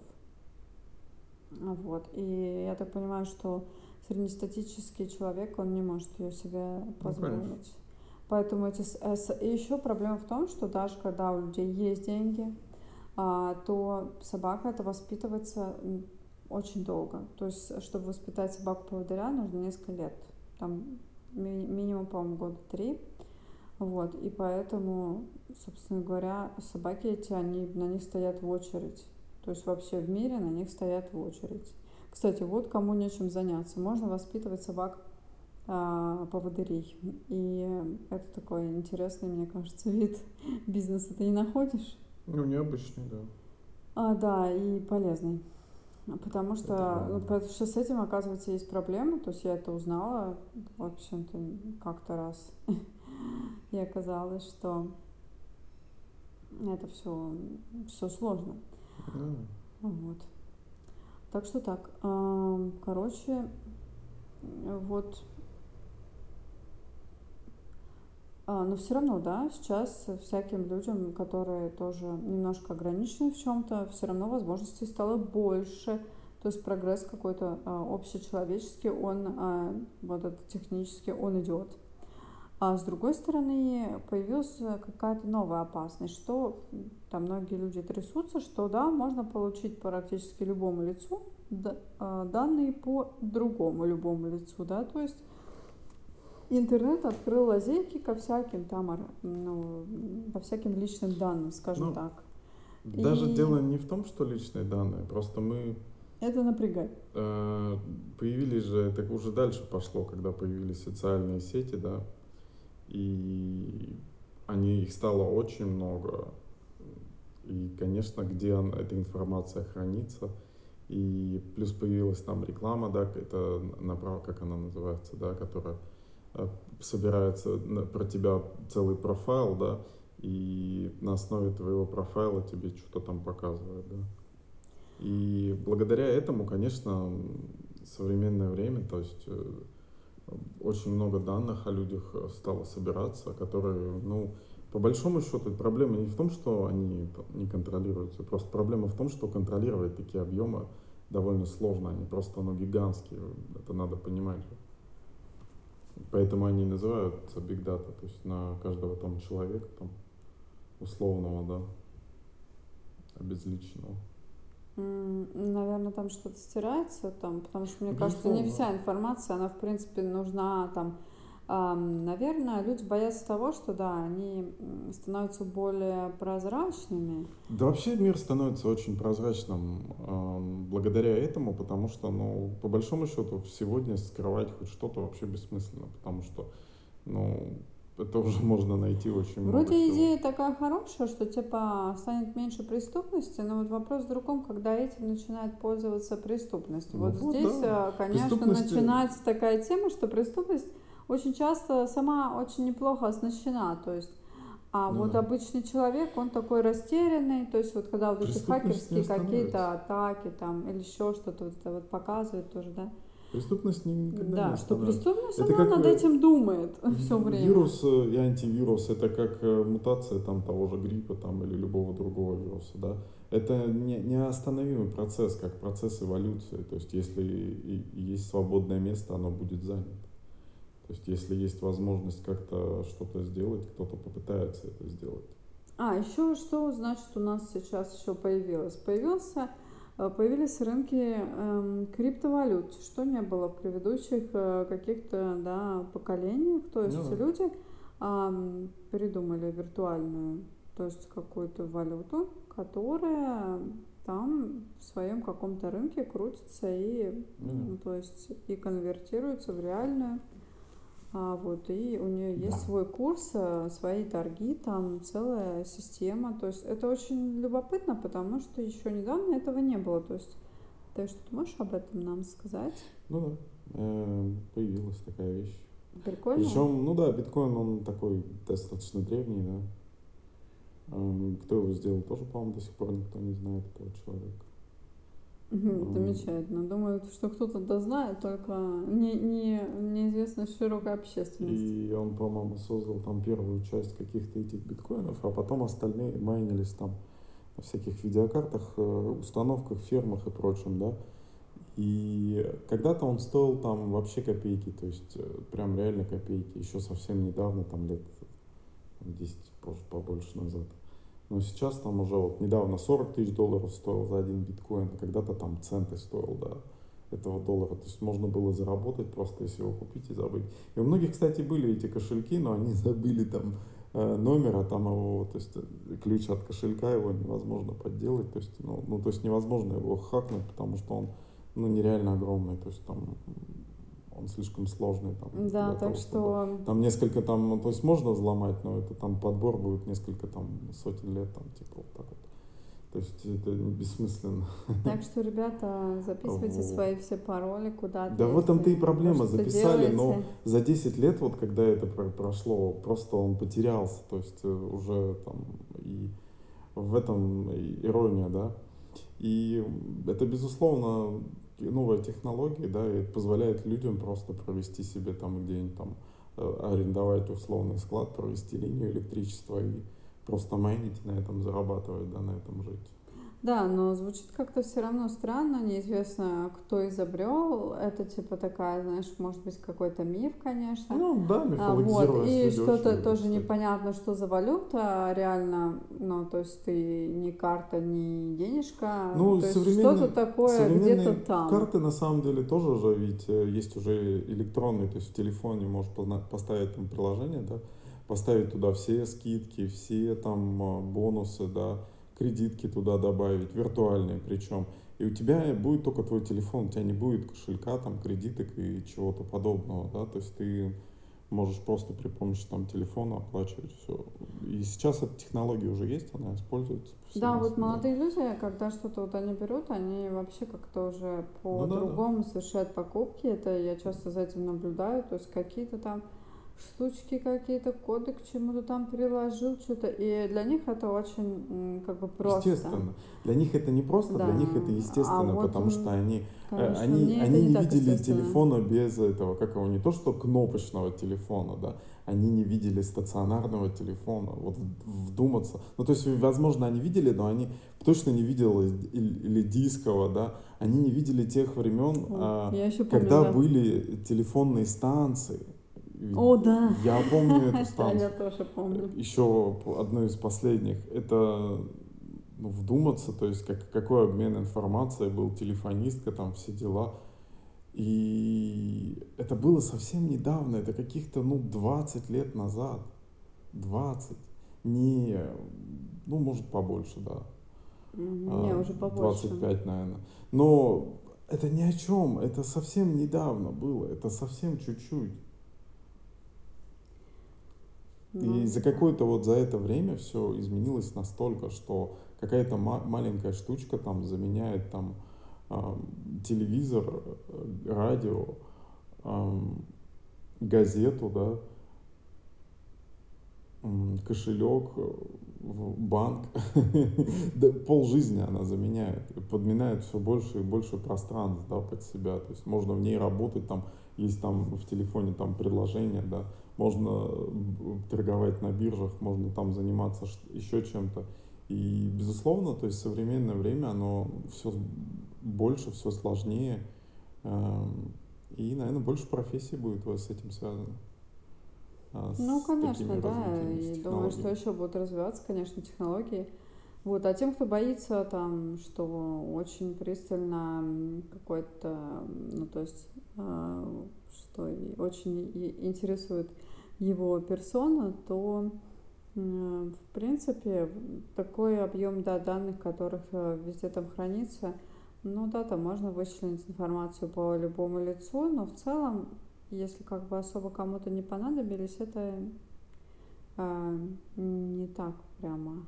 Вот. И я так понимаю, что среднестатистический человек, он не может ее себе ну, конечно. позволить. Поэтому и еще проблема в том, что даже когда у людей есть деньги, то собака это воспитывается очень долго. То есть, чтобы воспитать собаку-поводыря, нужно несколько лет. Там минимум, по-моему, года 3. Вот. И поэтому, собственно говоря, собаки эти, на них стоят в очередь. То есть вообще в мире на них стоят в очередь. Кстати, вот кому нечем заняться. Можно воспитывать собак поводырей. И это такой интересный, мне кажется, вид бизнеса. Ты не находишь? Ну, необычный, да. Да, и полезный. Это Потому главное. что с этим, оказывается, есть проблемы. То есть я это узнала, в общем-то, как-то раз. И оказалось, что это все сложно. Да. Вот. Так что так. Короче, вот. Но все равно, да, сейчас всяким людям, которые тоже немножко ограничены в чем-то, все равно возможностей стало больше. То есть прогресс какой-то общечеловеческий, он вот этот технический, он идет. А с другой стороны, появилась какая-то новая опасность, что там многие люди трясутся, что да, можно получить практически любому лицу данные по другому любому лицу, да, то есть интернет открыл лазейки ко всяким там, ну, по всяким личным данным, скажем Ну, так. даже И дело не в том, что личные данные, просто мы это напрягает. появились же, это уже дальше пошло, когда появились социальные сети, да, и их стало очень много. И, конечно, где эта информация хранится. И плюс появилась там реклама, да, это направо, как она называется, да, которая собирается про тебя целый профайл, да, и на основе твоего профайла тебе что-то там показывают, да. И благодаря этому, конечно, современное время, то есть очень много данных о людях стало собираться, которые, ну, по большому счету, проблема не в том, что они не контролируются, просто проблема в том, что контролировать такие объемы довольно сложно, они просто, ну, гигантские, это надо понимать же. Поэтому они называются big data, то есть на каждого там человека, там, условного, да, обезличенного. Наверное, там что-то стирается, там, потому что, мне кажется, не Безусловно. вся информация, она, в принципе, нужна там. Наверное, люди боятся того, что, да, они становятся более прозрачными. Да вообще мир становится очень прозрачным благодаря этому, потому что, ну, по большому счету, сегодня скрывать хоть что-то вообще бессмысленно, потому что, ну, это уже можно найти очень много Вроде всего. идея такая хорошая, что типа станет меньше преступности, но вот вопрос в другом, когда этим начинает пользоваться преступность. Ну Вот вот, здесь, да. конечно, Преступности, начинается такая тема, что преступность очень часто сама очень неплохо оснащена, то есть, а ну вот да, обычный человек, он такой растерянный, то есть вот когда вот эти преступность не хакерские остановится. какие-то атаки там или еще что-то вот это вот показывают тоже, да, Преступность никогда не да, что остановится. преступность, Это она как над этим думает все время. вирус и антивирус, это как мутация там того же гриппа там, или любого другого вируса, да. Это неостановимый процесс, как процесс эволюции. То есть, если есть свободное место, оно будет занято. То есть, если есть возможность как-то что-то сделать, кто-то попытается это сделать. Еще что значит у нас сейчас еще появилось? Появились рынки криптовалют, что не было в предыдущих каких-то, да, поколениях. То Ну есть да. люди придумали виртуальную, то есть какую-то валюту, которая там в своем каком-то рынке крутится и, Ну то есть и конвертируется в реальную. Вот, и у нее да. есть свой курс, свои торги, там целая система. То есть это очень любопытно, потому что еще недавно этого не было. То есть ты что-то можешь об этом нам сказать? Ну да. Появилась такая вещь. Прикольно? Причем, ну да, биткоин, он такой достаточно древний, да. Кто его сделал, тоже, по-моему, до сих пор никто не знает этого человека. Ам, Замечательно. Думаю, что кто-то да знает, только неизвестно широкой общественности. И он, по-моему, создал там первую часть каких-то этих биткоинов, а потом остальные майнились там на всяких видеокартах, установках, фермах и прочем, да. И когда-то он стоил там вообще копейки, то есть прям реально копейки, еще совсем недавно, там лет 10 побольше назад. Но сейчас там уже вот недавно 40 тысяч долларов стоил за один биткоин, а когда-то там центы стоил, да, этого доллара. То есть можно было заработать просто, если его купить и забыть. И у многих, кстати, были эти кошельки, но они забыли там номер, а там его, то есть ключ от кошелька его невозможно подделать, то есть, то есть невозможно его хакнуть, потому что он, нереально огромный, то есть там он слишком сложный там Да, для так того, чтобы что там несколько там, то есть можно взломать, но это там подбор будет несколько там сотен лет, там типа вот так вот. То есть это бессмысленно. Так что, ребята, записывайте Вот. свои все пароли куда-то, Да в этом-то и если вы проблема. что-то Записали, но делаете. за 10 лет, вот когда это прошло, просто он потерялся. То есть уже там и в этом ирония, да. И это, безусловно, новая технология, да, и это позволяет людям просто провести себе там где-нибудь там, арендовать условный склад, провести линию электричества и просто майнить на этом, зарабатывать, да, на этом жить. Да, но звучит как-то все равно странно, неизвестно, кто изобрел. Это типа такая, знаешь, может быть какой-то миф, конечно. Ну да, Вот, мифологизировать и люди очень что-то любят, тоже кстати. непонятно, что за валюта реально, ну, то есть ты ни карта, ни денежка, Ну, то есть что-то такое где-то современные там. карты на самом деле тоже же, ведь есть уже электронные, то есть в телефоне можешь поставить там приложение, да, поставить туда все скидки, все там бонусы, да, кредитки туда добавить, виртуальные причем. И у тебя будет только твой телефон, у тебя не будет кошелька, там, кредиток и чего-то подобного, да, то есть ты можешь просто при помощи там телефона оплачивать все. И сейчас эта технология уже есть, она используется Да, вот повсеместно, да. молодые люди, когда что-то вот они берут, они вообще как-то уже Ну да, да. по-другому совершают покупки. Это я часто за этим наблюдаю. То есть какие-то там штучки, какие-то коды к чему-то там приложил, что-то. И для них это очень как бы просто. Естественно. Для них это не просто, для них Да. это А естественно, вот, потому что конечно, мне это они не не так видели естественно. телефона без этого, как его, не то что кнопочного телефона, да, они не видели стационарного телефона, вот вдуматься. Ну, то есть, возможно, они видели, но они точно не видели или дискового, да, они не видели тех времен, О, я еще помню, когда да. были телефонные станции. О, да. Я помню эту Да, я станцию, тоже помню. еще одну из последних. Это вдуматься, то есть какой обмен информацией был, телефонистка, там все дела. И это было совсем недавно, это каких-то, 20 лет назад. 20. Не, может, побольше, да. Не, уже побольше. 25, наверное. Но это ни о чем, это совсем недавно было, это совсем чуть-чуть. И Ну, за это время все изменилось настолько, что какая-то маленькая штучка там заменяет там телевизор, радио, ам, газету, да, кошелек, банк. Да, полжизни она заменяет, подминает все больше и больше пространств, да, под себя. То есть можно в ней работать, там есть там в телефоне там предложения, да, можно торговать на биржах, можно там заниматься еще чем-то. И, безусловно, то есть современное время, оно все больше, все сложнее. И, наверное, больше профессий будет с этим связано, ну, с такими конечно, да, развитиями, с и думаю, что технологиями. еще будут развиваться, конечно, технологии. Вот, а тем, кто боится там, что очень пристально какой-то, ну, то есть, что очень интересует его персона, то, в принципе, такой объем, да, данных, которых везде там хранится, ну да, там можно вычленить информацию по любому лицу, но в целом, если как бы особо кому-то не понадобились, это не так прямо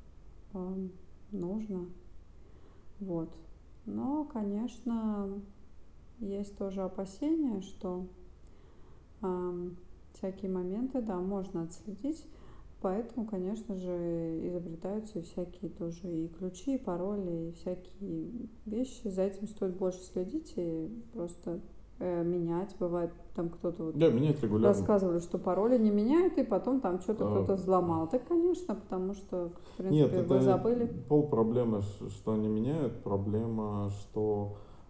нужно. Вот. Но, конечно, есть тоже опасения, что всякие моменты, да, можно отследить. Поэтому, конечно же, изобретаются и всякие тоже и ключи, и пароли, и всякие вещи. За этим стоит больше следить и просто менять. Бывает, там кто-то вот Да, менять регулярно. рассказывали, что пароли не меняют, и потом там что-то Э, кто-то взломал. Так, конечно, потому что, в Нет, принципе, вы это забыли. пол проблемы, что они меняют, проблема, что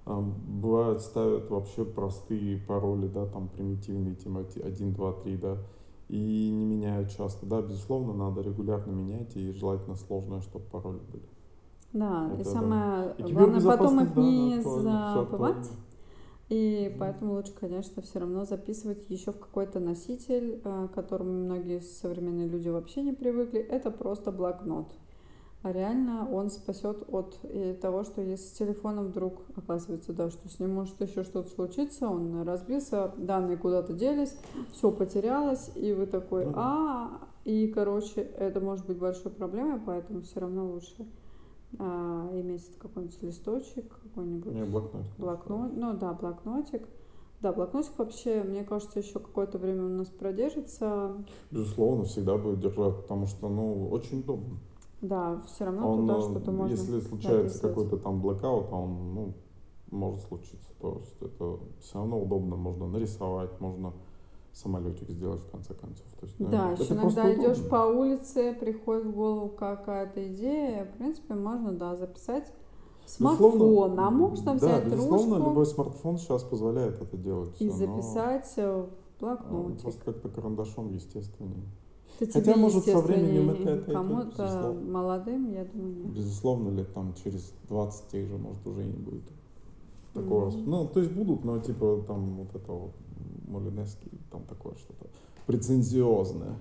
Бывает, ставят вообще простые пароли, да, там примитивные, типа 1, 2, 3, да, и не меняют часто. Да, безусловно, надо регулярно менять и желательно сложное, чтобы пароли были. Да, и Это да. самое И главное потом кибербезопасность, их да, да, не актуально, все забывать. актуально. И Да. поэтому лучше, конечно, все равно записывать еще в какой-то носитель, к которому многие современные люди вообще не привыкли. Это просто блокнот. А реально он спасет от того, что если с телефоном вдруг оказывается, да, что с ним может еще что-то случиться, он разбился, данные куда-то делись, все потерялось, и вы такой, Ну да. и, короче, это может быть большой проблемой, поэтому все равно лучше иметь какой-нибудь листочек, какой-нибудь Не, блокнотик лучше, да. блокнот, ну да, блокнотик. Да, блокнотик вообще, мне кажется, еще какое-то время у нас продержится. Безусловно, всегда будет держать, потому что, ну, очень удобно. Да, все равно туда что-то Он, можно если случается записывать. какой-то там блэкаут, он, ну, может случиться. То есть это все равно удобно, можно нарисовать, можно самолетик сделать в конце концов. То есть, ну, Да, еще это просто иногда идешь удобно. по улице, приходит в голову какая-то идея, в принципе, можно, да, записать Безусловно, смартфон, а можно да, взять безусловно, любой ручку смартфон сейчас позволяет это делать и все, но записать в блокнотик. просто как-то карандашом естественнее. Это Хотя, тебе может, со временем это естественнее, отойдет, кому-то безусловно. молодым, я думаю, нет. Безусловно, лет там через 20 тех же, может, уже и не будет такого. Мгм. Ну, то есть будут, но типа там вот это вот Молинески, там такое что-то претензиозное.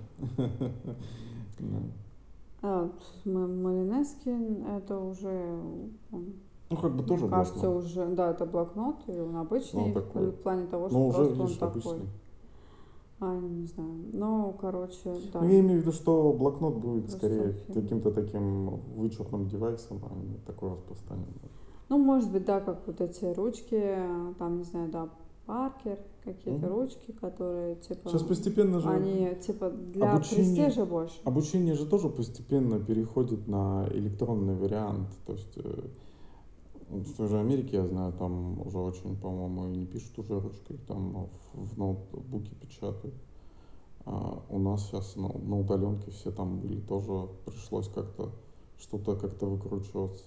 Да. А, Малинески, это уже, он, Ну, как бы мне тоже кажется, блокнот. уже, да, это блокнот, и он Но он обычный в такой. плане того, что Но уже, просто он видишь, такой. обычный. Не знаю. Ну, короче, Ну, да, я имею в виду, что блокнот будет просто скорее фильм. каким-то таким вычурным девайсом, а не такой распространенный. Ну, может быть, да, как вот эти ручки, там, не знаю, да, Паркер, какие-то Мгм. ручки, которые, Сейчас типа, постепенно же они, типа, для обучение, престижа больше. обучение же тоже постепенно переходит на электронный вариант. То есть в той же Америке, я знаю, там уже очень, по-моему, и не пишут уже ручкой, там в ноутбуке печатают. А у нас сейчас на удаленке все там были, тоже пришлось как-то что-то как-то выкручиваться.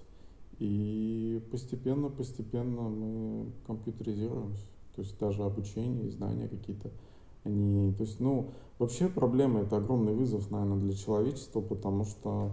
И постепенно мы компьютеризируемся. То есть даже обучение и знания какие-то, они, то есть, ну, вообще проблема это огромный вызов, наверное, для человечества, потому что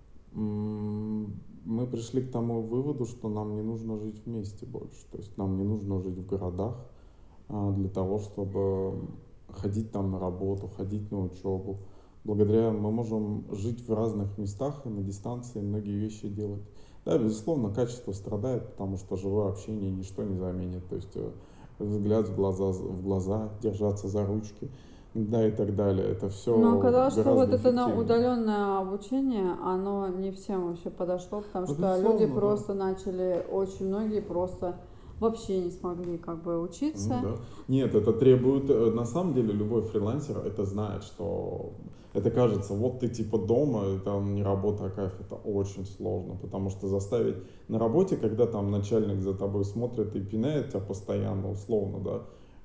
мы пришли к тому выводу, что нам не нужно жить вместе больше. То есть нам не нужно жить в городах для того, чтобы ходить там на работу, ходить на учебу. Благодаря мы можем жить в разных местах и на дистанции многие вещи делать. Да, безусловно, качество страдает, потому что живое общение ничто не заменит. То есть взгляд в глаза, держаться за ручки, да и так далее. Это Но все оказалось, что вот гораздо это на эффективнее. удаленное обучение, оно не всем вообще подошло, потому Ну, что люди безусловно, да. просто начали, очень многие просто вообще не смогли как бы Ну учиться. да. Нет, это требует, на самом деле, любой фрилансер это знает, что это кажется, вот ты типа дома, это не работа, а кайф, это очень сложно, потому что заставить на работе, когда там начальник за тобой смотрит и пинает тебя постоянно, условно, да,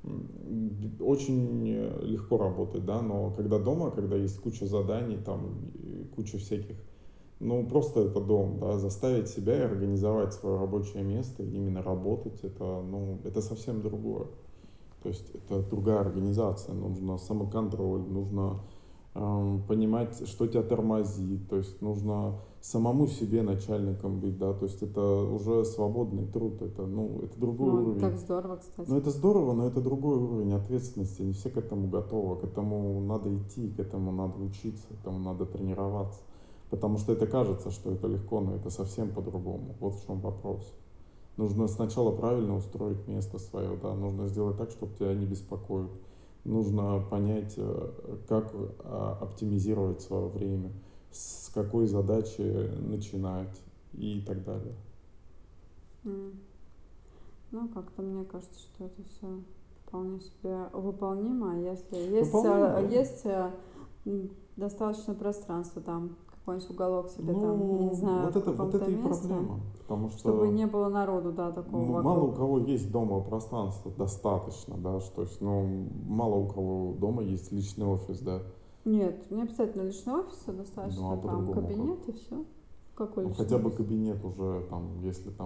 очень легко работать, да, но когда дома, когда есть куча заданий, там, и куча всяких, ну, просто это дом, да, заставить себя и организовать свое рабочее место, и именно работать, это, ну, это совсем другое. То есть это другая организация, нужно самоконтроль, нужно понимать, что тебя тормозит, то есть нужно самому себе начальником быть, да, то есть это уже свободный труд, это, ну, это другой Ну, уровень. так здорово, кстати. Ну, это здорово, но это другой уровень ответственности, не все к этому готовы, к этому надо идти, к этому надо учиться, к этому надо тренироваться. Потому что это кажется, что это легко, но это совсем по-другому. Вот в чем вопрос. Нужно сначала правильно устроить место свое, да, нужно сделать так, чтобы тебя не беспокоит. Нужно понять, как оптимизировать свое время, с какой задачи начинать и так далее. М. Ну, как-то мне кажется, что это все вполне себе выполнимо, если есть, Выполнимо, да. достаточно пространства там, какой-нибудь уголок себе там, я не Ну, знаю, в вот каком-то это и месте, проблема, потому чтобы что не было народу, да, такого мало у вокруг. кого есть дома пространство достаточно, да, что есть, ну, мало у кого дома есть личный офис, да, Нет, не обязательно личный офис, а ну, а достаточно там по-другому как. кабинет и все. Какой Ну, личный хотя бы офис? кабинет уже, там, если там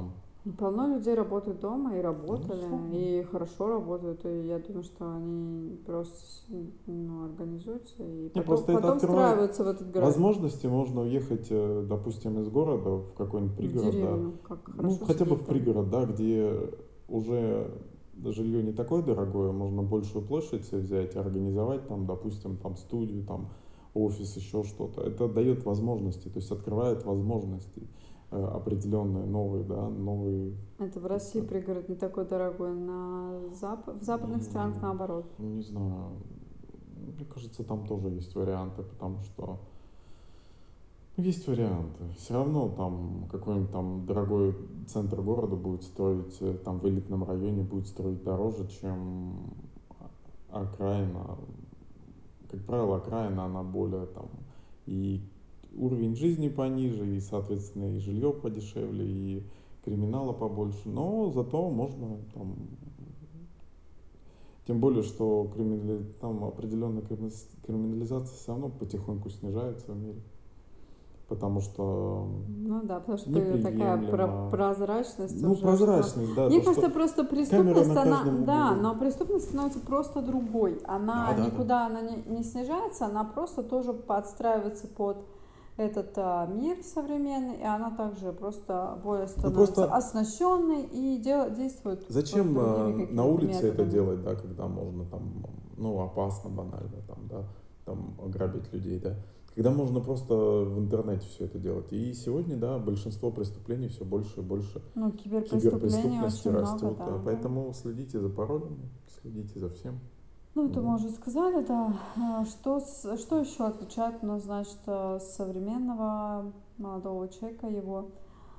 Полно людей работают дома и Ну, работали, условно. и хорошо работают, и я думаю, что они просто организуются и Не, потом, просто это потом открывает встраиваются в этот график. возможности. Можно уехать, допустим, из города в какой-нибудь В пригород, да, деревню, как ну, хорошо хотя бы в сидеть там. пригород, да, где уже жилье не такое дорогое, можно большую площадь себе взять, организовать там, допустим, там студию, там офис, еще что-то. Это дает возможности, то есть открывает возможности определенные, новые, да, новые Это в России какие-то, пригород не такой дорогой, в западных странах ну, наоборот. не знаю, мне кажется, там тоже есть варианты, потому что ну, есть варианты. Все равно там какой-нибудь там дорогой центр города будет стоить, там в элитном районе будет строить дороже, чем окраина. Как правило, окраина, она более там и уровень жизни пониже, и, соответственно, и жилье подешевле, и криминала побольше. Но зато можно там, тем более, что там определенная криминализация все равно потихоньку снижается в мире, потому что Ну да, потому что появилась такая неприемлемо. прозрачность Ну, уже, что... прозрачность, да, Мне то, кажется, что просто камера преступность, на она... каждом Да, углу. но преступность становится просто другой. Да, Она да, да. никуда она не снижается, она просто тоже подстраивается под этот мир современный, и она также просто более Ну, становится просто оснащенной и действует зачем другими на какими-то улице это методами. делать, да, когда можно там, ну, опасно, банально, там, да, там, грабить людей, да. Когда можно просто в интернете все это делать. И сегодня, да, большинство преступлений все больше и больше Ну, киберпреступлений киберпреступности очень много, растет. да, да. Поэтому следите за паролями, следите за всем. Ну, это мы Ну, уже сказали, да. Что еще отличает у нас, значит, современного молодого человека, его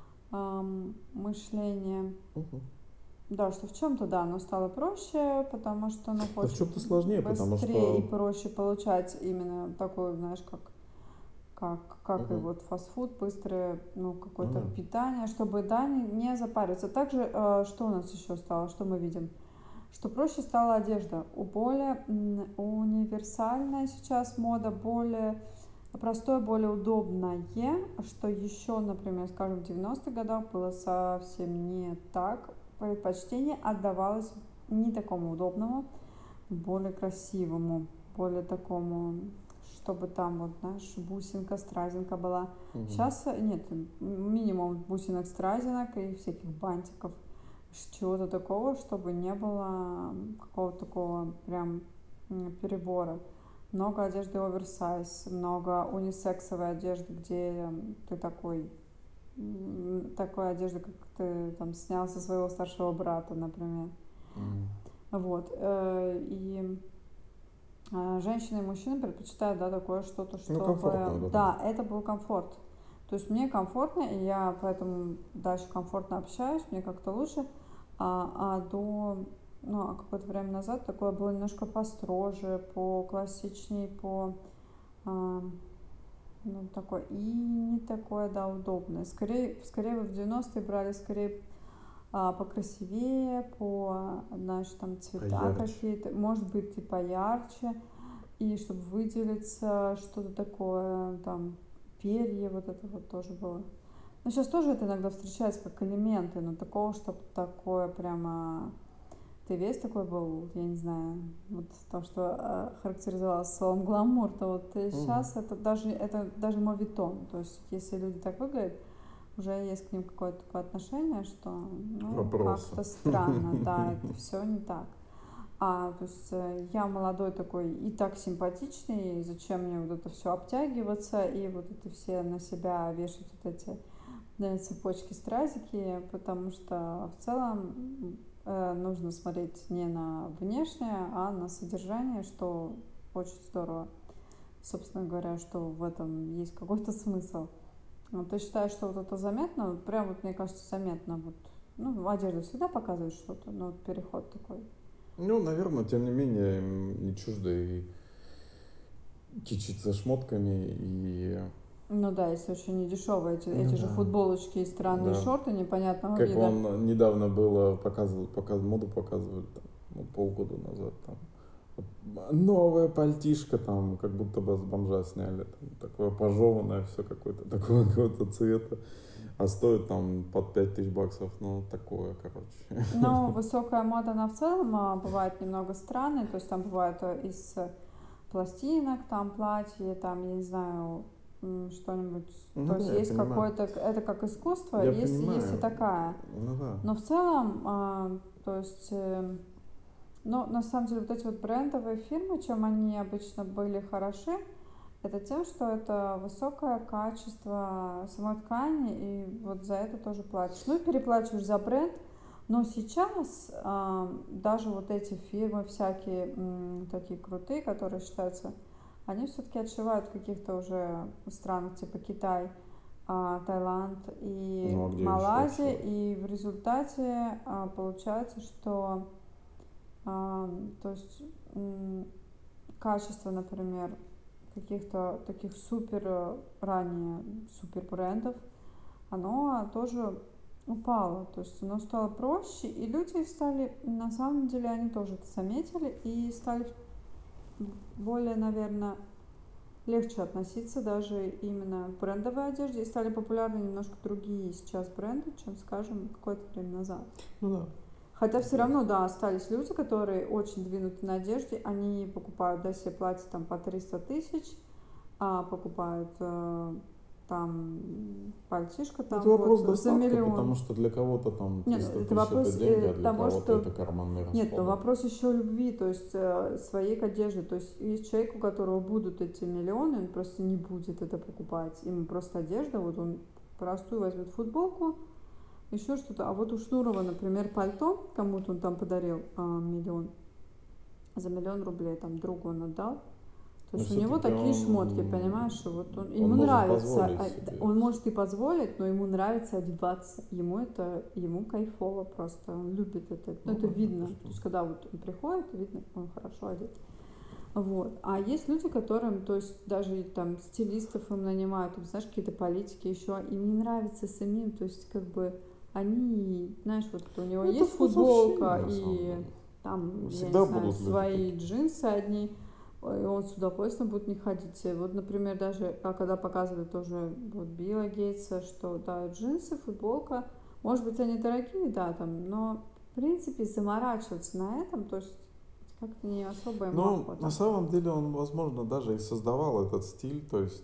мышление? мгм. Да, что в чем-то, да, оно стало проще, потому что оно Да в хочет чем-то сложнее, потому быстрее и что проще получать именно такой, знаешь, как и мгм. вот фастфуд, быстрое, ну, Ну какое-то да. питание, чтобы, да, не запариваться. Также, что у нас еще стало, что мы видим? Что проще стала одежда. Более универсальная сейчас мода, более простое, более удобное, что еще, например, скажем, в 90-х годах было совсем не так. Предпочтение отдавалось не такому удобному, более красивому, более такому, чтобы там вот, знаешь, бусинка, стразинка была. Мгм. Сейчас нет, минимум бусинок, стразинок и всяких бантиков, чего-то такого, чтобы не было какого-то такого прям перебора. Много одежды оверсайз, много унисексовой одежды, где ты такой одежды, как ты там снял со своего старшего брата, например. Мгм. Вот. И женщины и мужчины предпочитают, да, такое что-то, Ну, комфортно, чтобы... удобно. Да, это был комфорт. То есть мне комфортно, и я поэтому дальше комфортно общаюсь, мне как-то лучше. Ну, какое-то время назад такое было немножко построже, поклассичней, а, ну, такое, и не такое, да, удобное. Скорее вы в 90-е брали, скорее покрасивее, знаешь, там цвета Поярче. какие-то, может быть, и поярче, и чтобы выделиться, что-то такое, там, перья, вот это вот тоже было. Но сейчас тоже это иногда встречается как элементы, но такого, чтобы такое прямо... Ты весь такой был, я не знаю, вот то, что характеризовалось словом гламур, то вот Мгм. сейчас это даже моветон. То есть если люди так выглядят, уже есть к ним какое-то такое отношение, что, ну, Вопросы. как-то странно, да, это все не так. То есть я молодой такой и так симпатичный, и зачем мне вот это все обтягиваться и вот это все на себя вешать вот эти цепочки, стразики, потому что в целом нужно смотреть не на внешнее, а на содержание, что очень здорово. Собственно говоря, что в этом есть какой-то смысл. Ты считаешь, что вот это заметно? Вот прям вот мне кажется заметно. Вот, ну, одежда всегда показывает что-то, но вот переход такой. Ну, наверное, тем не менее, не чуждо и кичиться шмотками и... Ну да, если очень не дешевые Ну эти же да, футболочки и странные да. шорты непонятного Как вида. он недавно было моду показывали, там, ну, полгода назад, там. Вот, новая пальтишка, там, как будто бы с бомжа сняли, там, такое пожеванное все какое-то, такого какого-то цвета. а стоит там под 5000 баксов, ну, такое, короче. Но высокая мода, она в целом бывает немного странной, то есть там бывает из пластинок, там платье, там, я не знаю, что-нибудь, Ну то есть да, я есть понимаю. какое-то, это как искусство, Я есть и понимаю. такая. Ну да. Но в целом, то есть, ну, на самом деле, вот эти вот брендовые фирмы, чем они обычно были хороши, это тем, что это высокое качество самой ткани, и вот за это тоже платишь. Ну и переплачиваешь за бренд, но сейчас даже вот эти фирмы всякие такие крутые, которые считаются, они все-таки отшивают в каких-то уже странах типа Китай, Таиланд и Ну а где еще Малайзия, отшивать? и в результате получается, что то есть качество, например, каких-то таких супер ранее супер брендов, оно тоже упало, то есть оно стало проще, и люди стали, на самом деле, они тоже это заметили и стали более, наверное, легче относиться даже именно к брендовой одежде, и стали популярны немножко другие сейчас бренды, чем, скажем, какое-то время назад. Ну да. Хотя все равно, да, остались люди, которые очень двинуты на одежде, они покупают, да, себе платье там по 300 тысяч, покупают там пальтишко Это там вот вопрос за достатка, потому миллион. что для кого-то там Нет, ну 300 это тысяч это вопрос деньги, а для того, кого-то что... это карманные Нет, но расходы. вопрос еще любви, то есть своей к одежде. То есть есть человек, у которого будут эти миллионы, он просто не будет это покупать. Ему просто одежда, вот он простую возьмет футболку, еще что-то. А вот у Шнурова, например, пальто, кому-то он там подарил миллион, за 1 000 000 рублей, там другу он отдал. То Но есть у него все-таки такие шмотки, понимаешь, вот он ему может нравится, позволить себе. он может и позволить, но ему нравится одеваться, ему кайфово просто, он любит это, ну Ну это да, это видно, то что? есть когда вот он приходит, видно, как он хорошо одет. Вот. А есть люди, которым, то есть даже там стилистов им нанимают, там, знаешь, какие-то политики еще, им не нравится самим, то есть как бы они, знаешь, вот это у него Это есть вкусовщина футболка на самом и деле. там, я не Всегда знаю, будут люди свои такие. джинсы одни, и он с удовольствием будет не ходить. Вот, например, даже когда показывают тоже вот Билла Гейтса, что да, джинсы, футболка, может быть, они дорогие, да, там, но в принципе заморачиваться на этом, то есть как-то не особо ему Но на охота. самом деле он, возможно, даже и создавал этот стиль,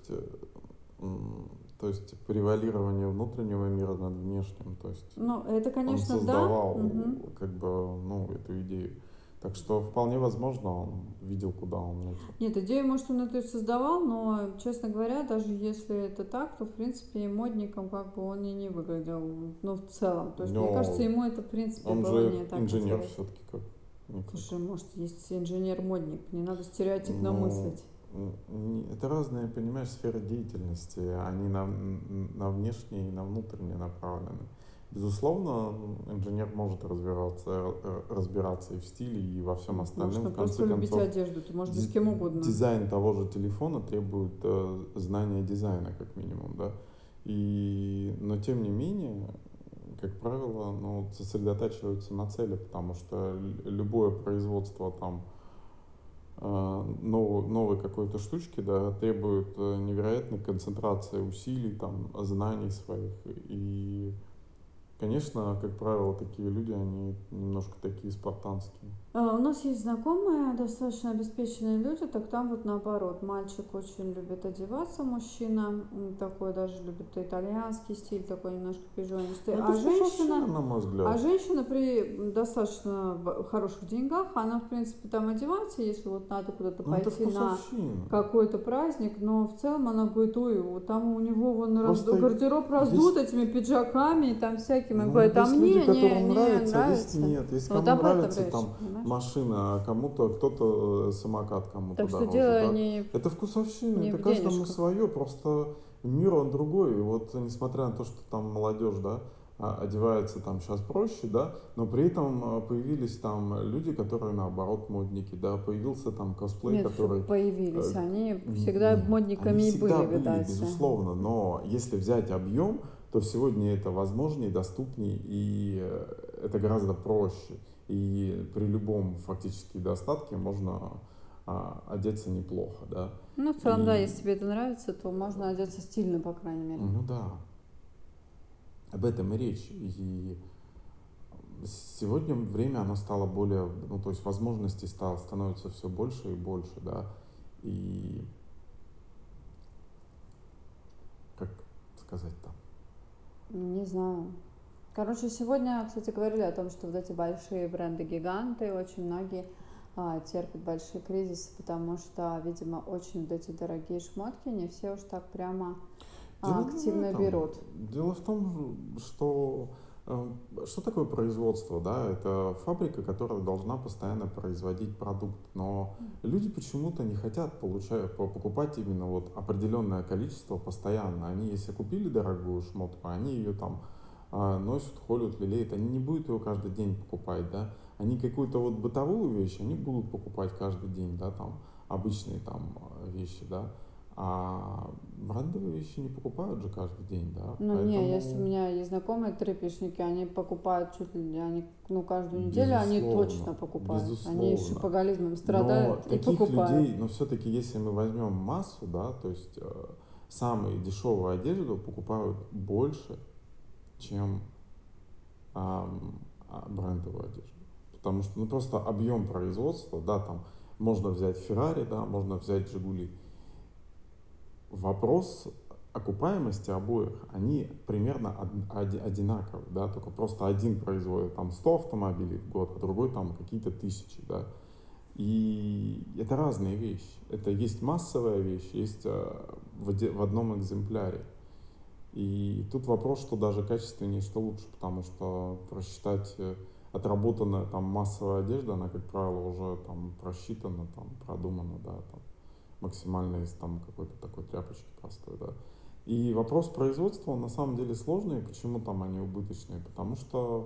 то есть превалирование внутреннего мира над внешним, то есть Ну, это, он конечно, да. создавал Мгм. как бы, ну, эту идею. Так что вполне возможно, он видел, куда он летит. Нет, идею, может, он это и создавал, но, честно говоря, даже если это так, то, в принципе, модником как бы он и не выглядел, ну, в целом. То есть, мне кажется, Но ему это, в принципе, он было же не так инженер интересно. все-таки как-никак. Слушай, может, есть инженер-модник, не надо стереотипно Ну, мыслить. это разные, понимаешь, сферы деятельности. Они на внешние и на внутренние направлены. Безусловно, инженер может разбираться и в стиле, и во всем Может, остальном. ну, В просто конце любить концов, одежду, ты можешь быть ди- кем угодно. дизайн того же телефона требует знания дизайна, как минимум, да. Но тем не менее, как правило, ну, сосредотачиваются на цели, потому что любое производство там новой какой-то штучки, да, требует невероятной концентрации усилий, там, знаний своих. И, конечно, как правило, такие люди, они немножко такие спартанские. У нас есть знакомые, достаточно обеспеченные люди, так там вот наоборот, мальчик очень любит одеваться, мужчина такой даже любит итальянский стиль, такой немножко пижонистый, Ну, это вкусовщина, на мой а взгляд. женщина при достаточно хороших деньгах, она в принципе там одевается, если вот надо куда-то Ну, это пойти на вкусовщина. какой-то праздник, но в целом она говорит, ой, вот там у него вон Просто гардероб раздут есть, этими пиджаками и там всякими, ну, говорит, а есть люди, мне которым не нравится, а есть нравится. нет. Есть Вот кому об этом нравится речь, там понимаешь? машина, а кому-то кто-то самокат кому-то Так что дороже, дело да. Это вкусовщина, не это в каждому денежках. свое, просто мир он другой. И вот несмотря на то, что там молодежь, да, одевается там сейчас проще, да, но при этом появились там люди, которые наоборот модники, да, появился там косплей, Нет, который появились. Они всегда нет, они модниками и всегда были, были, видать. безусловно, но если взять объем, то сегодня это возможнее, доступнее, и это гораздо проще. И при любом фактически достатке можно одеться неплохо, да. Ну, в целом, да, если И, тебе это нравится, то можно одеться стильно, по крайней мере. ну да. об этом и речь. И сегодня время, оно стало более, ну, то есть возможностей становится все больше и больше, да, и, как сказать-то, Не знаю. Короче, сегодня, кстати, говорили о том, что вот эти большие бренды-гиганты, очень многие терпят большие кризисы, потому что, видимо, очень вот эти дорогие шмотки не все уж так прямо дело не в активно этом. берут. Дело в том, что э, что такое производство, да? Это фабрика, которая должна постоянно производить продукт, но люди почему-то не хотят покупать именно вот определенное количество постоянно. Они, если купили дорогую шмотку, они ее там носят, холят, лелеют, они не будут ее каждый день покупать, да? Они какую-то вот бытовую вещь, они будут покупать каждый день, да, там обычные там вещи, да? А брендовые вещи не покупают же каждый день, да, Ну не, если у поэтому, меня есть знакомые трепишники, они покупают чуть ли не, они, ну, каждую неделю они точно безусловно, покупают. Они безусловно. шопоголизмом Но страдают и таких покупают. людей, но все-таки, если мы возьмем массу, да, то есть самые дешевую одежду покупают больше, чем брендовую одежду. Потому что, ну, просто объем производства, да, там, можно взять Феррари, да, можно взять Жигули. Вопрос окупаемости обоих, они примерно одинаковые, да, только просто один производит там 100 автомобилей в год, а другой там какие-то тысячи, да. И это разные вещи. Это есть массовая вещь, есть в одном экземпляре. И тут вопрос, что даже качественнее, что лучше, потому что просчитать отработанная там массовая одежда, она, как правило, уже там просчитана, там продумана, да, там максимально из там какой-то такой тряпочки простой, да. И вопрос производства, он на самом деле сложный. Почему там они убыточные? Потому что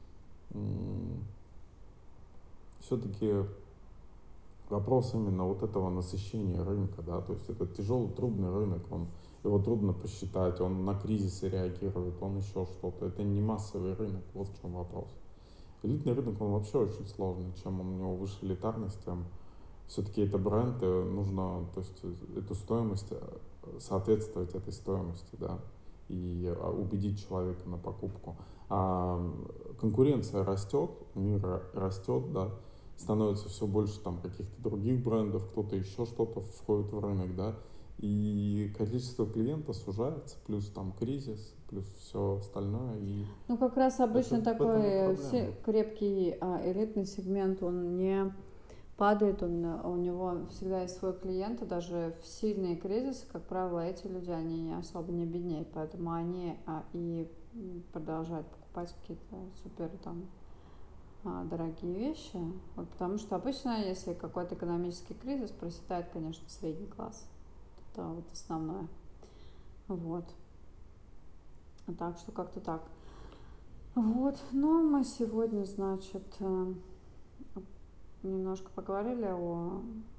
все-таки вопрос именно вот этого насыщения рынка, да, то есть это тяжелый, трудный рынок, его трудно посчитать, он на кризисы реагирует, он еще что-то. Это не массовый рынок, вот в чем вопрос. Элитный рынок, он вообще очень сложный. Чем он, у него выше элитарность, тем все-таки это бренд, и нужно, то есть эту стоимость, соответствовать этой стоимости, да, и убедить человека на покупку. А конкуренция растет, мир растет, да, становится все больше там каких-то других брендов, кто-то еще что-то входит в рынок, да, и количество клиентов сужается, плюс там кризис, плюс все остальное, и Ну, как раз это обычно в этом и такой проблема. крепкий элитный сегмент, он не падает, у него всегда есть свой клиент, и даже в сильные кризисы, как правило, эти люди, они особо не беднеют, поэтому они и продолжают покупать какие-то супер там дорогие вещи, вот, потому что обычно, если какой-то экономический кризис, проседает, конечно, средний класс, это вот основное, вот, так что как-то так. Вот, ну, мы сегодня, значит, немножко поговорили о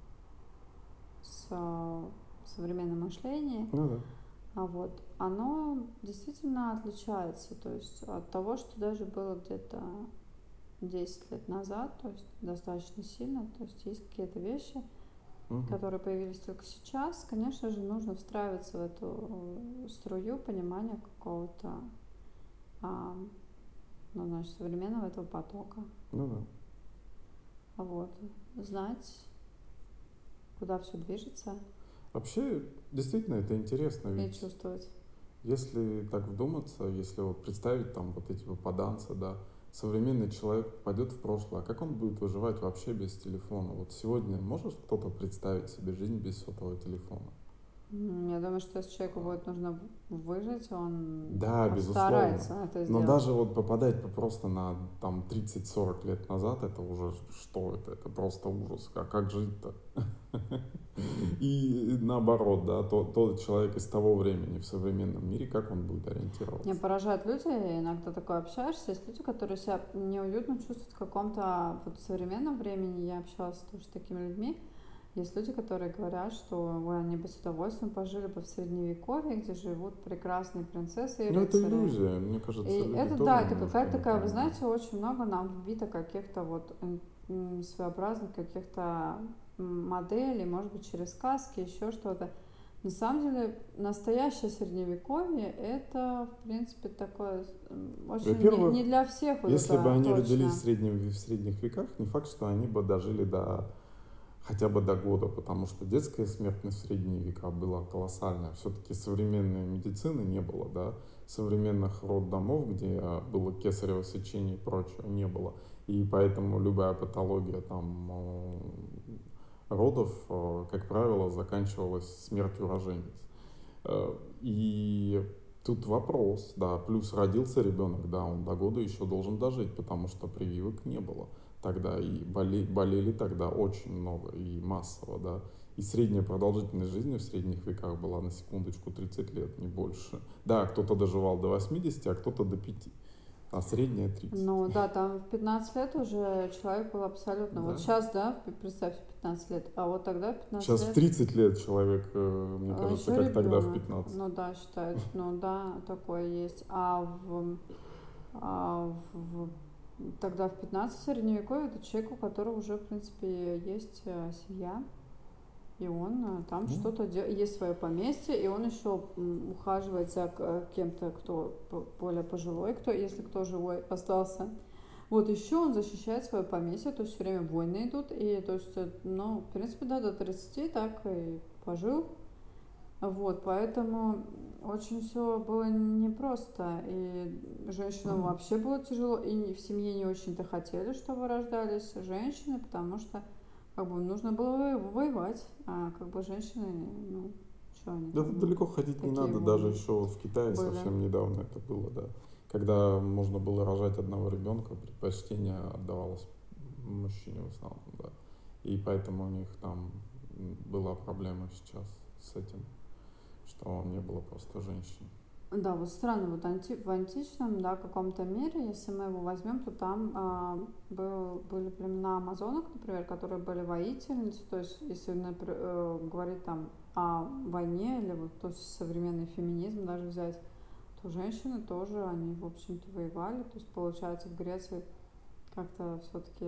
современном мышлении. Ну да. Вот, оно действительно отличается, то есть от того, что даже было где-то 10 лет назад, то есть достаточно сильно, то есть есть какие-то вещи, Мгм. которые появились только сейчас. Конечно же, нужно встраиваться в эту струю понимания какого-то, а, ну, значит, современного этого потока. Ну да. Вот, знать, куда все движется Вообще, действительно, это интересно, и ведь чувствовать. если так вдуматься, если вот представить там вот эти попаданцы, да, современный человек попадет в прошлое, а как он будет выживать вообще без телефона? Вот сегодня можешь кто-то представить себе жизнь без сотового телефона? Я думаю, что если человеку будет нужно выжить, он Да, безусловно. постарается это Но сделать. даже вот попадать просто на там 30-40 лет назад, это уже что это? Это просто ужас. А как жить-то? И наоборот, да, тот человек из того времени в современном мире, как он будет Меня ориентироваться? поражают люди, иногда такое общаешься, есть люди, которые себя неуютно чувствуют в каком-то вот современном времени. Я общалась тоже с такими людьми. Есть люди, которые говорят, что ой, они бы с удовольствием пожили бы в средневековье, где живут прекрасные принцессы и Ну, это рыцари. иллюзия. Мне И кажется, люди это, тоже да, это немножко какая-то не такая, вы понимают. знаете, очень много нам вбито каких-то вот своеобразных каких-то моделей, может быть, через сказки, еще что-то. На самом деле, настоящее средневековье это, в принципе, такое очень Во-первых, не для всех вот если бы это они родились точно. в средних веках, не факт, что они бы дожили до хотя бы до года, потому что детская смертность в средние века была колоссальная. Все-таки современной медицины не было, да, современных роддомов, где было кесарево сечение и прочего, не было. И поэтому любая патология там родов, как правило, заканчивалась смертью рожениц. И тут вопрос, да, плюс родился ребенок, да, он до года еще должен дожить, потому что прививок не было тогда, и болели тогда очень много и массово, да. И средняя продолжительность жизни в средних веках была, на секундочку, 30 лет, не больше. Да, кто-то доживал до 80, а кто-то до 5, а средняя 30. Ну да, там в 15 лет уже человек был абсолютно. Вот Да. сейчас, да, представь, 15 лет, а вот тогда в 15 Сейчас в лет 30 лет человек, мне кажется, еще как тогда в ребенок. 15. Ну да, считают, ну да, такое есть. Тогда в 15 средневековье это человек, у которого уже, в принципе, есть семья. И он там Ну, что-то делает, есть свое поместье, и он еще ухаживает за кем-то, кто более пожилой, кто, если кто живой остался. Вот еще он защищает свое поместье, то есть все время войны идут, и то есть, ну, в принципе, да, до 30 так и пожил. Вот, поэтому очень все было непросто, и женщинам ну, вообще было тяжело, и в семье не очень-то хотели, чтобы рождались женщины, потому что как бы нужно было воевать, а как бы женщины, ну, что они да там, тут ну, далеко ходить не такие надо, даже войны еще вот в Китае были. совсем недавно это было, да. Когда можно было рожать одного ребенка, предпочтение отдавалось мужчине в основном, да. И поэтому у них там была проблема сейчас с этим, что не было просто женщин. Да, вот странно, вот в античном, да, каком-то мире, если мы его возьмем, то там были племена амазонок, например, которые были воительницы, то есть если например, говорить там о войне или вот то есть современный феминизм даже взять, то женщины тоже, они, в общем-то, воевали, то есть получается в Греции как-то все-таки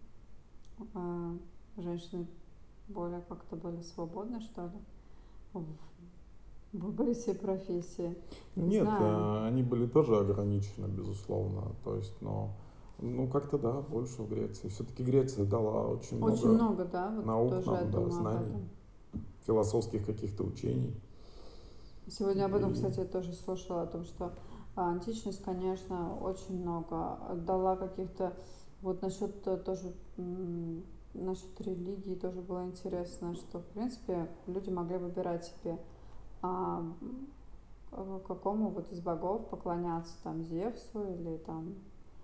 женщины более как-то были свободны, что ли, в выборе себе профессии. Ну, Не нет, знаю. они были тоже ограничены, безусловно, то есть, но ну, как-то да, больше в Греции. Все-таки Греция дала очень Очень много много, да, вот наук тоже я нам, да, думаю об знаний, этом. философских каких-то учений. Сегодня об этом, И кстати, я тоже слышала, о том, что античность, конечно, очень много дала каких-то, вот насчет тоже, насчет религии тоже было интересно, что, в принципе, люди могли выбирать себе, а, какому вот из богов поклоняться, там, Зевсу или там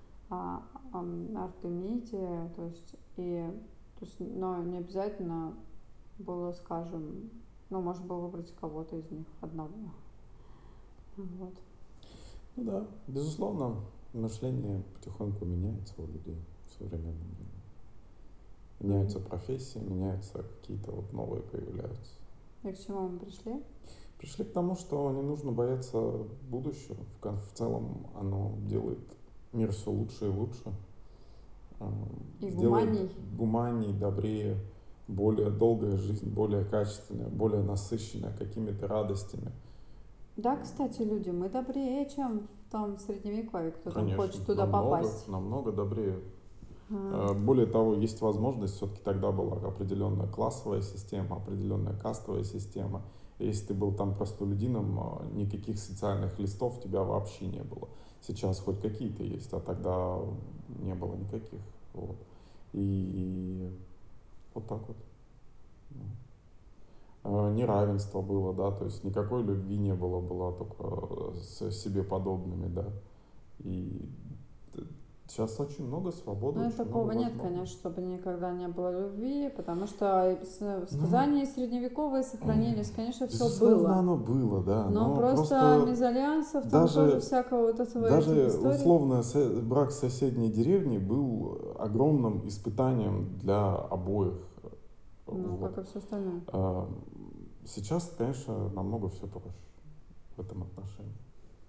Артемиде, то есть, то есть, но не обязательно было, скажем, ну, можно было выбрать кого-то из них одного. Вот. ну да, безусловно, мышление потихоньку меняется у людей в современном мире. Мгм. Меняются профессии, меняются какие-то вот новые появляются. И к чему мы пришли? Пришли к тому, что не нужно бояться будущего. В целом оно делает мир все лучше и лучше. И Сделает гуманий. гуманней, добрее, более долгая жизнь, более качественная, более насыщенная какими-то радостями. Да, кстати, люди, мы добрее, чем в том средневековье, кто там Конечно, хочет туда намного, попасть. намного добрее. А, Более того, есть возможность, все-таки тогда была определенная классовая система, определенная кастовая система. И если ты был там простолюдином, никаких социальных листов у тебя вообще не было. Сейчас хоть какие-то есть, а тогда не было никаких. Вот. И вот так вот. Неравенство было, да, то есть никакой любви не было, была только с себе подобными, да. И сейчас очень много свободы, ну, и очень много такого нет, конечно, возможностей. чтобы никогда не было любви, потому что Ну, сказания средневековые сохранились, конечно, все безусловно, было. оно было, да, Но но просто просто мезальянсов, там тоже даже, всякого вот этого этих даже историй. условно брак в соседней деревни был огромным испытанием для обоих. Ну, Вот. как и все остальное. Сейчас, конечно, намного все проще в этом отношении.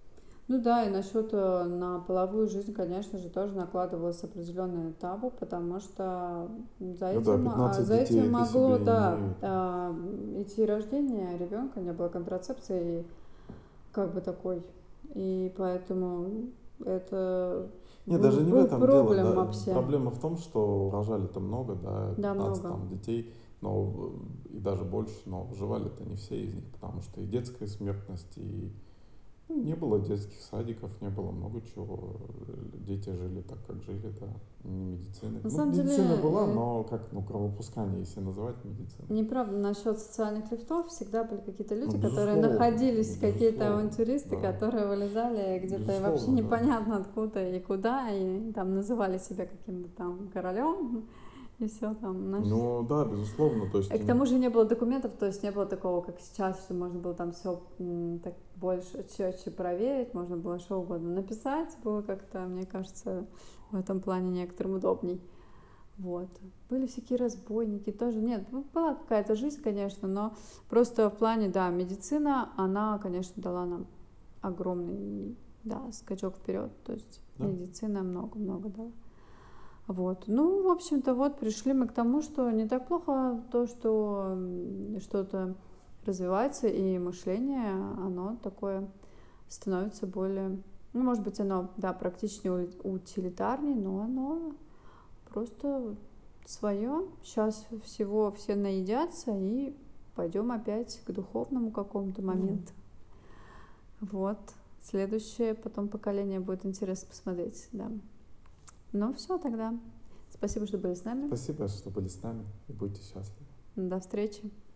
Ну да, и насчет на половую жизнь, конечно же, тоже накладывалось определенное табу, потому что Ну да, 15 за этим детей это могло, себе да, не это. идти рождение ребенка, не было контрацепции, как бы такой. И поэтому это Не, даже не в был этом дело, проблем да. вообще. Проблема в том, что рожали-то много, да, Да, 15 много. там детей, но и даже больше, но выживали-то не все из них, потому что и детская смертность, и ну, не было детских садиков, не было много чего. Дети жили так, как жили, да, не медицины. На Ну, самом деле, медицина была, но как, ну, кровопускание, если называть медициной. неправда насчет социальных лифтов. Всегда были какие-то Ну, люди, которые безусловно, находились, какие-то безусловно, авантюристы, да, которые вылезали где-то вообще безусловно, да. непонятно откуда и куда, и там называли себя каким-то там королем, и все там. Ну, да, безусловно, то И есть, к тому же не было документов, то есть не было такого, как сейчас, что можно было там все так больше, четче проверить, можно было что угодно написать, было как-то, мне кажется, в этом плане некоторым удобней. Вот. Были всякие разбойники тоже. Нет, была какая-то жизнь, конечно, но просто в плане, да, медицина, она, конечно, дала нам огромный, да, скачок вперед. То есть да. медицина много-много дала. Вот. Ну, в общем-то, вот пришли мы к тому, что не так плохо то, что что-то развивается, и мышление, оно такое становится более, ну, может быть, оно, да, практичнее, утилитарнее, но оно просто свое. Сейчас всего все наедятся и пойдем опять к духовному какому-то Ну, моменту. Вот. Следующее потом поколение будет интересно посмотреть, да. Ну все тогда. Спасибо, что были с нами. спасибо, что были с нами, и будьте счастливы. До встречи.